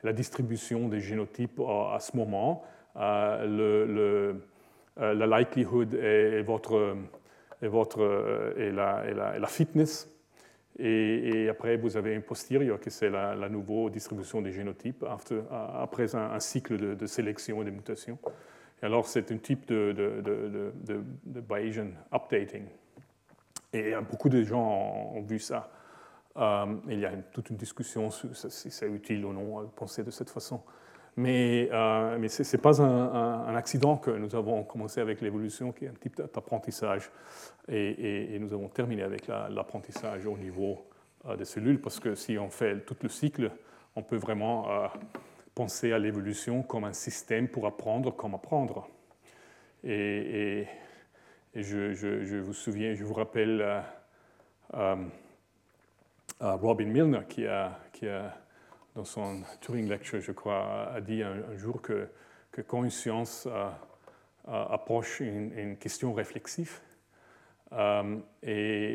la distribution des génotypes à, à ce moment, euh, le, le, euh, la likelihood et, et, votre, et, votre, et, la, et, la, et la fitness. Et, et après, vous avez un posterior, qui c'est la, la nouvelle distribution des génotypes after, après un, un cycle de, de sélection et de mutation. Et alors, c'est un type de, de, de, de, de Bayesian updating. Et beaucoup de gens ont, ont vu ça. Euh, il y a une, toute une discussion sur si c'est utile ou non de penser de cette façon. Mais, euh, mais ce n'est pas un, un, un accident que nous avons commencé avec l'évolution, qui est un type d'apprentissage. Et, et, et nous avons terminé avec la, l'apprentissage au niveau euh, des cellules, parce que si on fait tout le cycle, on peut vraiment euh, penser à l'évolution comme un système pour apprendre comme apprendre. Et, et, et je, je, je vous souviens, je vous rappelle euh, euh, Robin Milner, qui a, qui a, dans son Turing Lecture, je crois, a dit un, un jour que, que quand une science euh, euh, approche une, une question réflexive euh, et,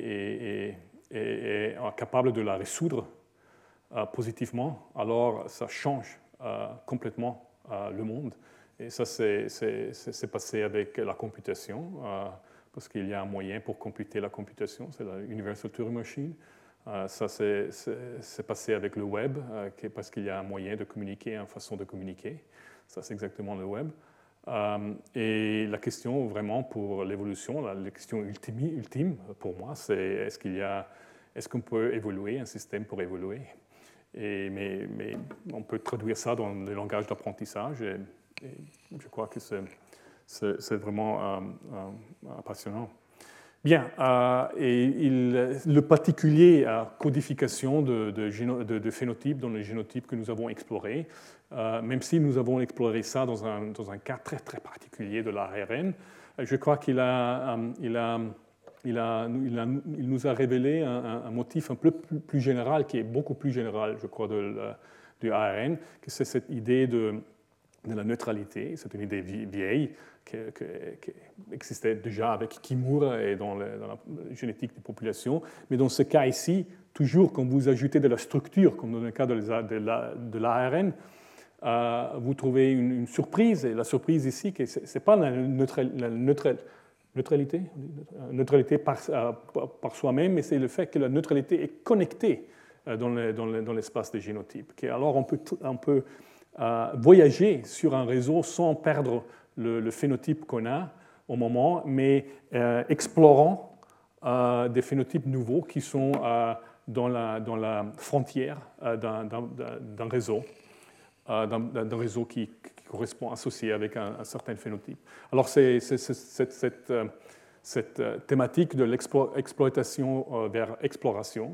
et, et, et est capable de la résoudre euh, positivement, alors ça change euh, complètement euh, le monde. Et ça, c'est, c'est, c'est passé avec la computation, euh, parce qu'il y a un moyen pour computer la computation, c'est la Universal Turing Machine. Euh, ça, c'est, c'est, c'est passé avec le web, euh, parce qu'il y a un moyen de communiquer, une façon de communiquer. Ça, c'est exactement le web. Euh, et la question, vraiment, pour l'évolution, la, la question ultime, ultime pour moi, c'est est-ce qu'il y a, est-ce qu'on peut évoluer, un système pour évoluer? Et, mais, mais on peut traduire ça dans le langage d'apprentissage. Et, et je crois que c'est, c'est, c'est vraiment euh, euh, passionnant. Bien, euh, et il, le particulier à codification de, de, géno, de, de phénotypes dans les génotypes que nous avons explorés, euh, même si nous avons exploré ça dans un, dans un cas très, très particulier de l'A R N, je crois qu'il a, euh, il a, il a, il a, il nous a révélé un, un motif un peu plus, plus général, qui est beaucoup plus général, je crois, de, de, du A R N, que c'est cette idée de, de la neutralité. C'est une idée vieille, qui, qui, qui existait déjà avec Kimura et dans, le, dans la génétique des populations. Mais dans ce cas ici, toujours quand vous ajoutez de la structure, comme dans le cas de, la, de, la, de l'A R N, euh, vous trouvez une, une surprise. Et la surprise ici, ce n'est pas la, neutral, la neutral, neutralité, neutralité par, euh, par soi-même, mais c'est le fait que la neutralité est connectée euh, dans, le, dans, le, dans l'espace des génotypes. Okay, alors on peut, on peut euh, voyager sur un réseau sans perdre Le, le phénotype qu'on a au moment, mais euh, explorant euh, des phénotypes nouveaux qui sont euh, dans, la, dans la frontière euh, d'un, d'un, d'un réseau, euh, d'un, d'un réseau qui, qui correspond associé avec un, un certain phénotype. Alors c'est, c'est, c'est cette, cette, cette thématique de l'exploitation euh, vers exploration.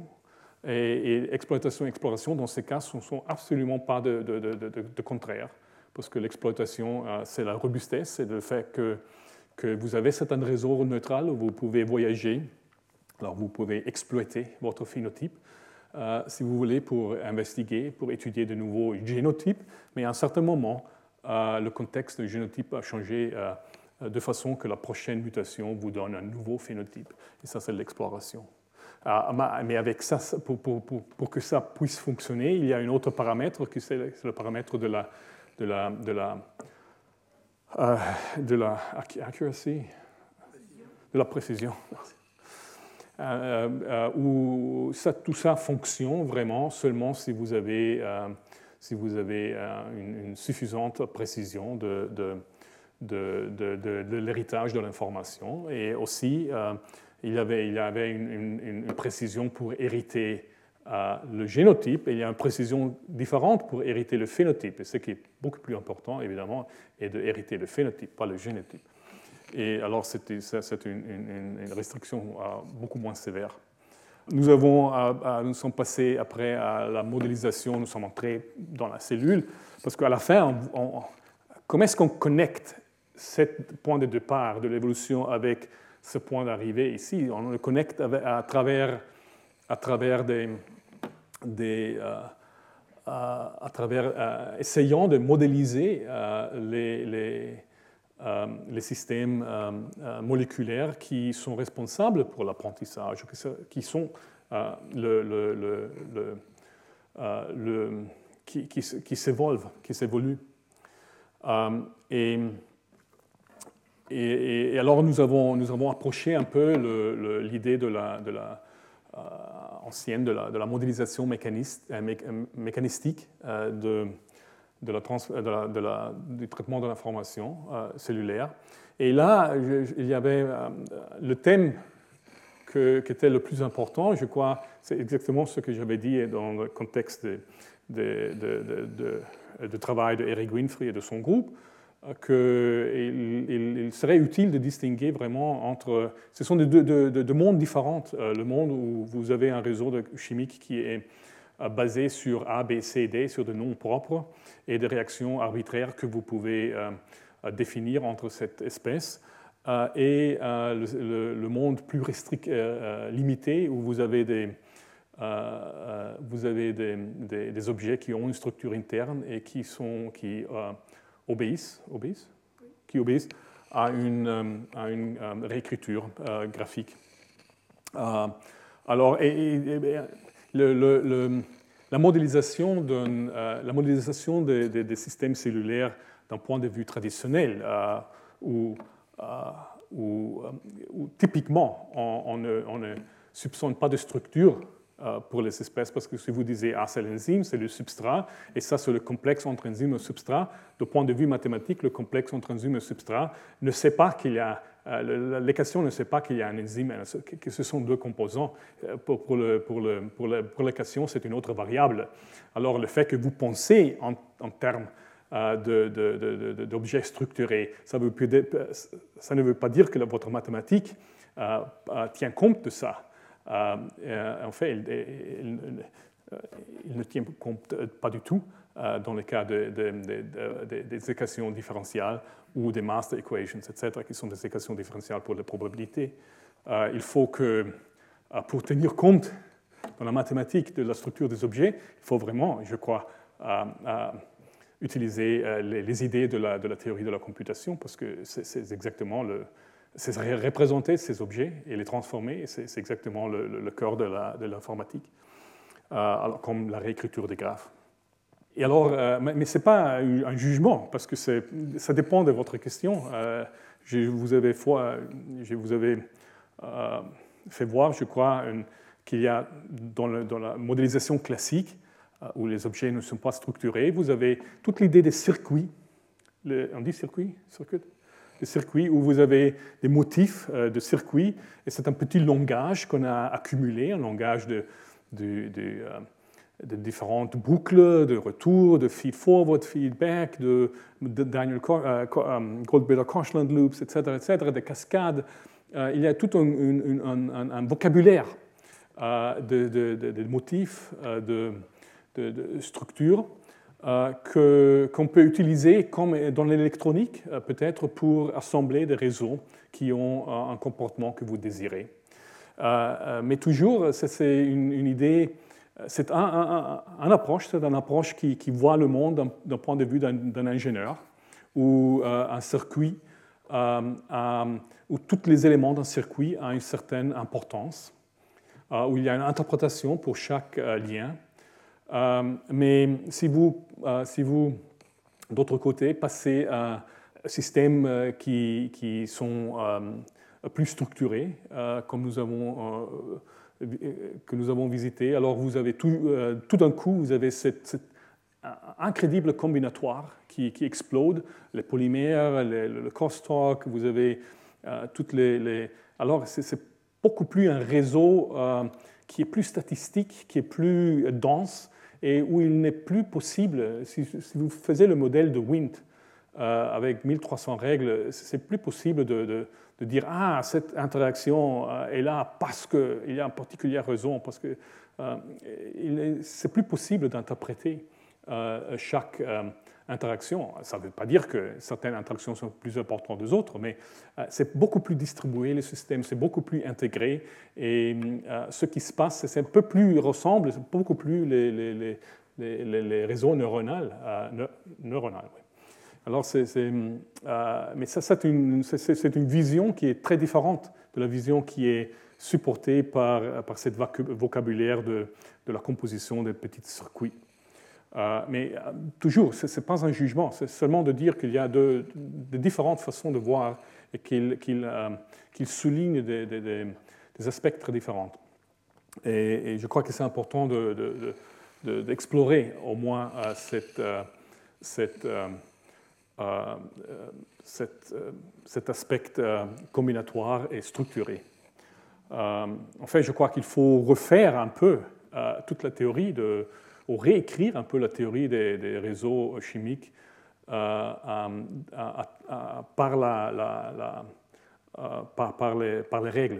Et, et exploitation-exploration, dans ces cas, ne sont absolument pas de, de, de, de, de contraire. Parce que l'exploitation, c'est la robustesse, c'est le fait que, que vous avez certains réseaux neutraux où vous pouvez voyager, alors vous pouvez exploiter votre phénotype, euh, si vous voulez, pour investiguer, pour étudier de nouveaux génotypes, mais à un certain moment, euh, le contexte du génotype a changé euh, de façon que la prochaine mutation vous donne un nouveau phénotype. Et ça, c'est l'exploration. Euh, mais avec ça, pour, pour, pour, pour que ça puisse fonctionner, il y a un autre paramètre, qui c'est le, c'est le paramètre de la de la, de la, euh, de la accuracy, de la précision, euh, euh, où ça, tout ça fonctionne vraiment seulement si vous avez, euh, si vous avez euh, une, une suffisante précision de, de, de, de, de, de l'héritage de l'information. Et aussi, euh, il y avait, il y avait une, une, une précision pour hériter Euh, le génotype, et il y a une précision différente pour hériter le phénotype. Et ce qui est beaucoup plus important, évidemment, est de hériter le phénotype, pas le génotype. Et alors, c'était, c'est une, une, une restriction euh, beaucoup moins sévère. Nous, avons, euh, euh, nous sommes passés après à la modélisation, nous sommes entrés dans la cellule, parce qu'à la fin, on, on, comment est-ce qu'on connecte ce point de départ de l'évolution avec ce point d'arrivée ici? On le connecte avec, à travers, à travers des... Des, euh, à travers, euh, essayant de modéliser euh, les, les, euh, les systèmes euh, euh, moléculaires qui sont responsables pour l'apprentissage, qui sont euh, le, le, le, le, euh, le, qui, qui, qui s'évolvent, qui s'évoluent. Euh, et, et, et alors nous avons, nous avons approché un peu le, le, l'idée de la, de la euh, ancienne de la, de la modélisation mécaniste, euh, mé, mécanistique euh, de, de la trans, de la, de la, du traitement de l'information euh, cellulaire. Et là, je, il y avait euh, le thème que, qui était le plus important, je crois, c'est exactement ce que j'avais dit dans le contexte de, de, de, de, de travail de Eric Winfrey et de son groupe, qu'il il, il serait utile de distinguer vraiment entre... Ce sont deux, deux, deux mondes différents. Le monde où vous avez un réseau de chimique qui est basé sur A, B, C, D, sur des noms propres, et des réactions arbitraires que vous pouvez euh, définir entre cette espèce, euh, et euh, le, le, monde plus restrict, euh, limité, où vous avez des... Euh, vous avez des, des, des objets qui ont une structure interne et qui, sont, qui euh, obéissent, obéissent, oui. qui obéissent à une, à une euh, réécriture euh, graphique. Euh, alors, et, et, et, le, le, le, la modélisation, euh, la modélisation des, des, des systèmes cellulaires d'un point de vue traditionnel, euh, où, euh, où, où typiquement on, on, ne, on ne soupçonne pas de structure pour les espèces, parce que si vous disiez « ah, c'est l'enzyme, c'est le substrat », et ça, c'est le complexe entre enzyme et substrat, de point de vue mathématique, le complexe entre enzyme et substrat ne sait pas qu'il y a, euh, l'équation ne sait pas qu'il y a un enzyme, que ce sont deux composants. Pour, pour, le, pour, le, pour, le, pour l'équation, c'est une autre variable. Alors, le fait que vous pensez en, en termes euh, de, de, de, de, d'objets structurés, ça, veut, ça ne veut pas dire que votre mathématique euh, tient compte de ça. Euh, en fait, il, il, il, il ne tient compte pas du tout euh, dans le cas de, de, de, de, des équations différentielles ou des master equations, et cetera, qui sont des équations différentielles pour les probabilités. Euh, il faut que, euh, pour tenir compte dans la mathématique de la structure des objets, il faut vraiment, je crois, euh, euh, utiliser euh, les, les idées de la, de la théorie de la computation, parce que c'est, c'est exactement le... C'est représenter ces objets et les transformer, c'est, c'est exactement le, le, le cœur de, la, de l'informatique, euh, comme la réécriture des graphes. Et alors, euh, mais ce n'est pas un, un jugement, parce que c'est, ça dépend de votre question. Euh, je vous avais, foi, je vous avais euh, fait voir, je crois, une, qu'il y a dans, le, dans la modélisation classique, euh, où les objets ne sont pas structurés, vous avez toute l'idée des circuits. Le, on dit circuit, circuit des circuits où vous avez des motifs euh, de circuits, et c'est un petit langage qu'on a accumulé, un langage de, de, de, euh, de différentes boucles, de retour, de feed-forward, feedback, de, de Daniel euh, Goldberger-Koshland loops, et cetera, et cetera, des cascades. Euh, il y a tout un, un, un, un vocabulaire euh, de, de, de, de motifs, euh, de, de, de structures, Euh, que, qu'on peut utiliser comme dans l'électronique, euh, peut-être pour assembler des réseaux qui ont euh, un comportement que vous désirez. Euh, euh, mais toujours, c'est, c'est une, une idée, c'est un, un, un, un approche, c'est une approche qui, qui voit le monde d'un, d'un point de vue d'un, d'un ingénieur, où euh, un circuit, euh, a, où tous les éléments d'un circuit ont une certaine importance, euh, où il y a une interprétation pour chaque euh, lien. Euh, mais si vous, euh, si vous, d'autre côté, passez à un système euh, qui, qui sont euh, plus structurés, euh, comme nous avons, euh, que nous avons visité, alors vous avez tout, euh, tout d'un coup, vous avez cette, cette incroyable combinatoire qui, qui explode, les polymères, les, le crosstalk, vous avez euh, toutes les, les... Alors, c'est, c'est beaucoup plus un réseau euh, qui est plus statistique, qui est plus dense, et où il n'est plus possible, si, si vous faisiez le modèle de Wnt euh, avec mille trois cents règles, c'est plus possible de, de, de dire « Ah, cette interaction euh, est là parce qu'il y a une particulière raison, parce que euh, il c'est plus possible d'interpréter euh, chaque euh, interaction. Ça ne veut pas dire que certaines interactions sont plus importantes des autres, mais euh, c'est beaucoup plus distribué, le système, c'est beaucoup plus intégré, et euh, ce qui se passe, c'est un peu plus ressemble, c'est beaucoup plus les, les, les, les, les réseaux neuronaux. Euh, neuronaux oui. Alors, c'est, c'est, euh, mais ça, c'est une, c'est, c'est une vision qui est très différente de la vision qui est supportée par, par cette vocabulaire de, de la composition des petits circuits. Euh, mais euh, toujours, ce n'est pas un jugement, c'est seulement de dire qu'il y a de, de différentes façons de voir et qu'il qu'il, euh, qu'il souligne des, des, des aspects très différents. Et, et je crois que c'est important de, de, de, d'explorer au moins euh, cette, euh, cette, euh, euh, cette, euh, cet aspect euh, combinatoire et structuré. Euh, en fait, je crois qu'il faut refaire un peu euh, toute la théorie, de, ou réécrire un peu la théorie des, des réseaux chimiques euh, à, à, à, par, la, la, la, euh, par, par, les, par les règles.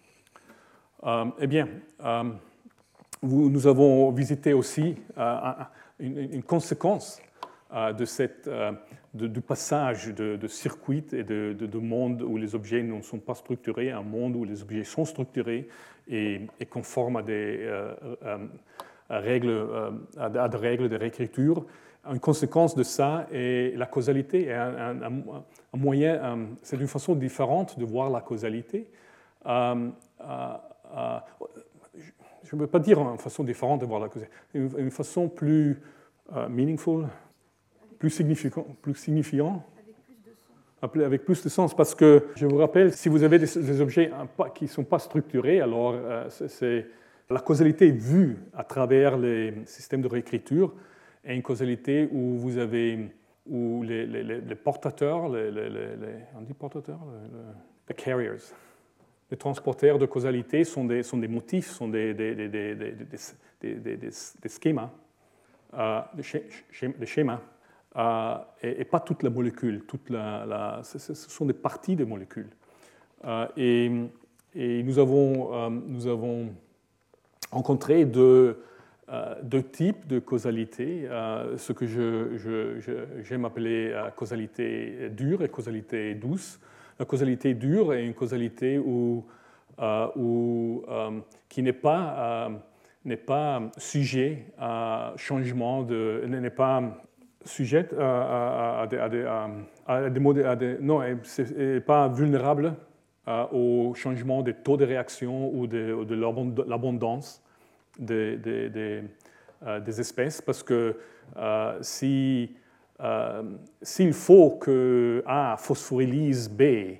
Euh, eh bien, euh, vous, nous avons visité aussi euh, une, une conséquence euh, de cette, euh, de, du passage de, de circuits et de, de, de mondes où les objets ne sont pas structurés à un monde où les objets sont structurés et, et conformes à des euh, euh, à règles, euh, à, à des règles de réécriture. Une conséquence de ça est la causalité. Et un, un, un moyen, un, c'est une façon différente de voir la causalité. Euh, euh, Euh, je ne veux pas dire une façon différente de voir la causalité, une, une façon plus uh, meaningful, plus signifiant, plus signifiant, avec plus, avec plus de sens. Parce que je vous rappelle, si vous avez des, des objets qui ne sont pas structurés, alors euh, c'est, c'est, la causalité vue à travers les systèmes de réécriture est une causalité où vous avez où les, les, les portateurs, les, les, les, on dit portateurs, les, les carriers. Les transporteurs de causalité sont des, sont des motifs, sont des, des, des, des, des, des, des, des, des schémas, euh, des, sch des schémas euh, et, et pas toute la molécule. Toute la, la, ce, ce sont des parties des molécules. Euh, et, et nous avons, euh, nous avons rencontré deux, euh, deux types de causalité, euh, ce que je, je, je, j'aime appeler euh, causalité dure et causalité douce. La causalité dure est une causalité où, euh, où, euh, qui n'est pas, euh, n'est pas sujet à changement, de, n'est pas sujet à, à, à, à, à, à des, à des non, n'est pas vulnérable euh, au changement des taux de réaction ou de, ou de l'abondance des, des, des, euh, des espèces, parce que euh, si Euh, s'il faut que A phosphorylise B euh,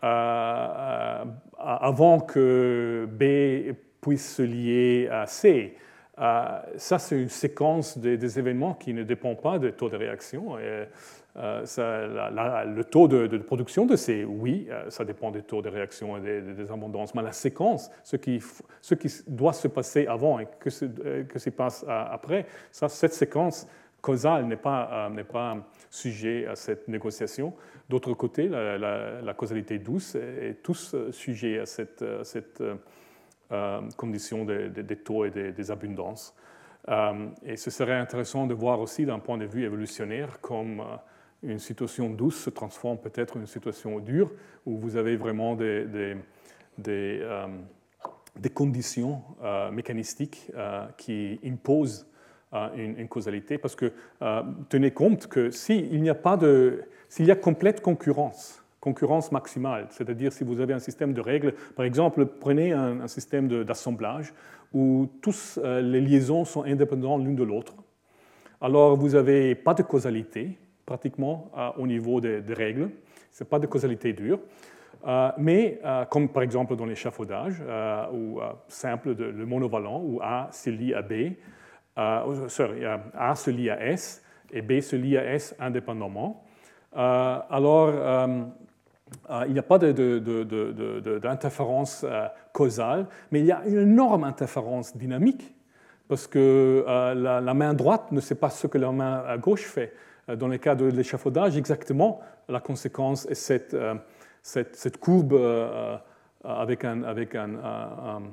euh, avant que B puisse se lier à C, euh, ça c'est une séquence des, des événements qui ne dépend pas des taux de réaction. Et, euh, ça, la, la, le taux de, de production de C, oui, euh, ça dépend des taux de réaction et des, des abondances, mais la séquence, ce qui, ce qui doit se passer avant et que se, que se passe après, ça, cette séquence causal n'est pas, euh, n'est pas sujet à cette négociation. D'autre côté, la, la, la causalité douce est, est tous sujet à cette, à cette euh, condition des, des, des taux et des, des abondances. Euh, et ce serait intéressant de voir aussi d'un point de vue évolutionnaire comme euh, une situation douce se transforme peut-être en une situation dure où vous avez vraiment des, des, des, euh, des conditions euh, mécanistiques euh, qui imposent Une, une causalité, parce que euh, tenez compte que s'il n'y a pas de, s'il y a complète concurrence, concurrence maximale, c'est-à-dire si vous avez un système de règles, par exemple, prenez un, un système de, d'assemblage où tous euh, les liaisons sont indépendantes l'une de l'autre, alors vous n'avez pas de causalité pratiquement euh, au niveau des, des règles, ce n'est pas de causalité dure. Euh, mais euh, comme par exemple dans l'échafaudage, euh, ou euh, simple, de, le monovalent, où A se lie à B, Uh, sorry, uh, A se lie à S et B se lie à S indépendamment. Uh, alors, um, uh, il n'y a pas de, de, de, de, de, d'interférence uh, causale, mais il y a une énorme interférence dynamique, parce que uh, la, la main droite ne sait pas ce que la main gauche fait. Uh, dans le cas de l'échafaudage, exactement, la conséquence est cette, uh, cette, cette courbe uh, avec un... Avec un uh, um,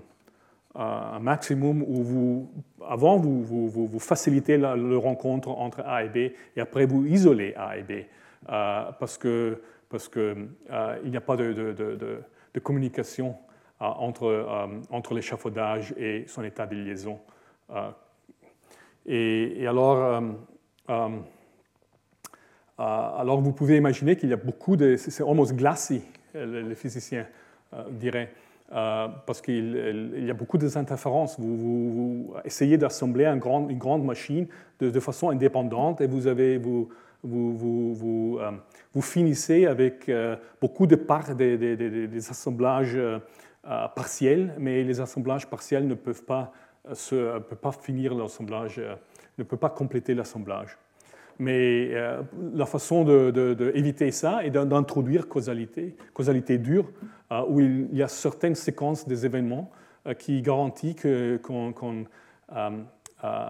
un maximum où vous, avant vous, vous, vous facilitez la, la rencontre entre A et B et après vous isolez A et B euh, parce que parce que euh, il n'y a pas de, de, de, de communication euh, entre euh, entre l'échafaudage et son état de liaison. Euh, et, et alors euh, euh, alors vous pouvez imaginer qu'il y a beaucoup de, c'est almost glacis, les physiciens euh, diraient. euh, parce qu'il il y a beaucoup d'interférences. Vous, vous, vous essayez d'assembler un grand, une grande machine de, de façon indépendante et vous, avez, vous, vous, vous, vous, euh, vous finissez avec euh, beaucoup de parts des, des, des, des assemblages euh, partiels, mais les assemblages partiels ne peuvent pas, se, peuvent pas finir l'assemblage, euh, ne peuvent pas compléter l'assemblage. Mais euh, la façon d'éviter ça est d'introduire causalité, causalité dure, euh, où il y a certaines séquences des événements euh, qui garantissent qu'on qu'on euh, euh,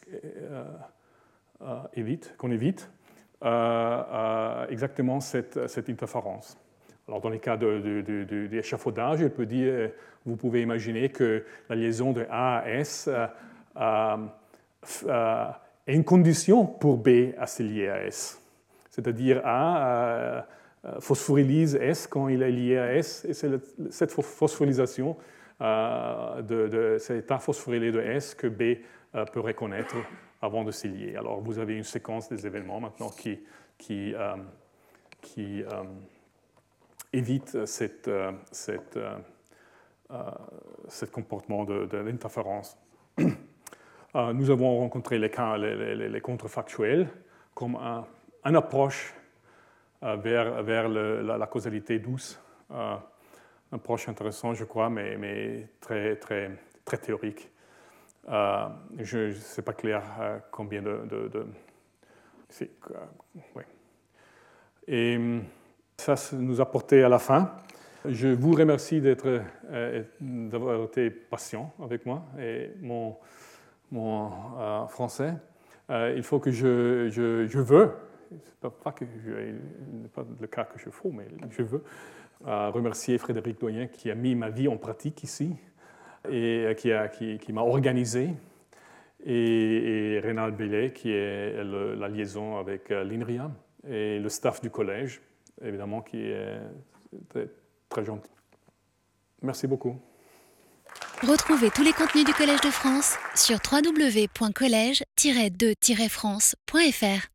euh, évite, qu'on évite euh, euh, exactement cette, cette interférence. Alors, dans les cas de, de, de, de, d'échafaudage, je peux dire, vous pouvez imaginer que la liaison de A à S euh, euh, euh, est une condition pour B à se lier à S. C'est-à-dire A euh, phosphorylyse S quand il est lié à S, et c'est le, cette phosphorylation euh, de, de cet état phosphorylé de S que B euh, peut reconnaître avant de se lier. Alors, vous avez une séquence des événements maintenant qui, qui, euh, qui euh, évite cette, euh, cette, euh, euh, ce comportement de, de l'interférence. Euh, nous avons rencontré les, cas, les, les, les contrefactuels comme un, une approche euh, vers, vers le, la, la causalité douce. Euh, une approche intéressante, je crois, mais, mais très, très, très théorique. Euh, je ne sais pas clair euh, combien de... de, de c'est, euh, ouais. Et ça nous a porté à la fin. Je vous remercie d'être, euh, d'avoir été patient avec moi et mon... mon euh, français, euh, il faut que je, je, je veux, c'est pas, pas que je, n'est pas le cas que je fais, mais je veux euh, remercier Frédéric Doyen qui a mis ma vie en pratique ici et qui, a, qui, qui m'a organisé, et, et Rénal Bellet qui est le, la liaison avec euh, l'INRIA et le staff du collège, évidemment, qui est très, très gentil. Merci beaucoup. Retrouvez tous les contenus du Collège de France sur w w w point collège tiret de tiret france point f r.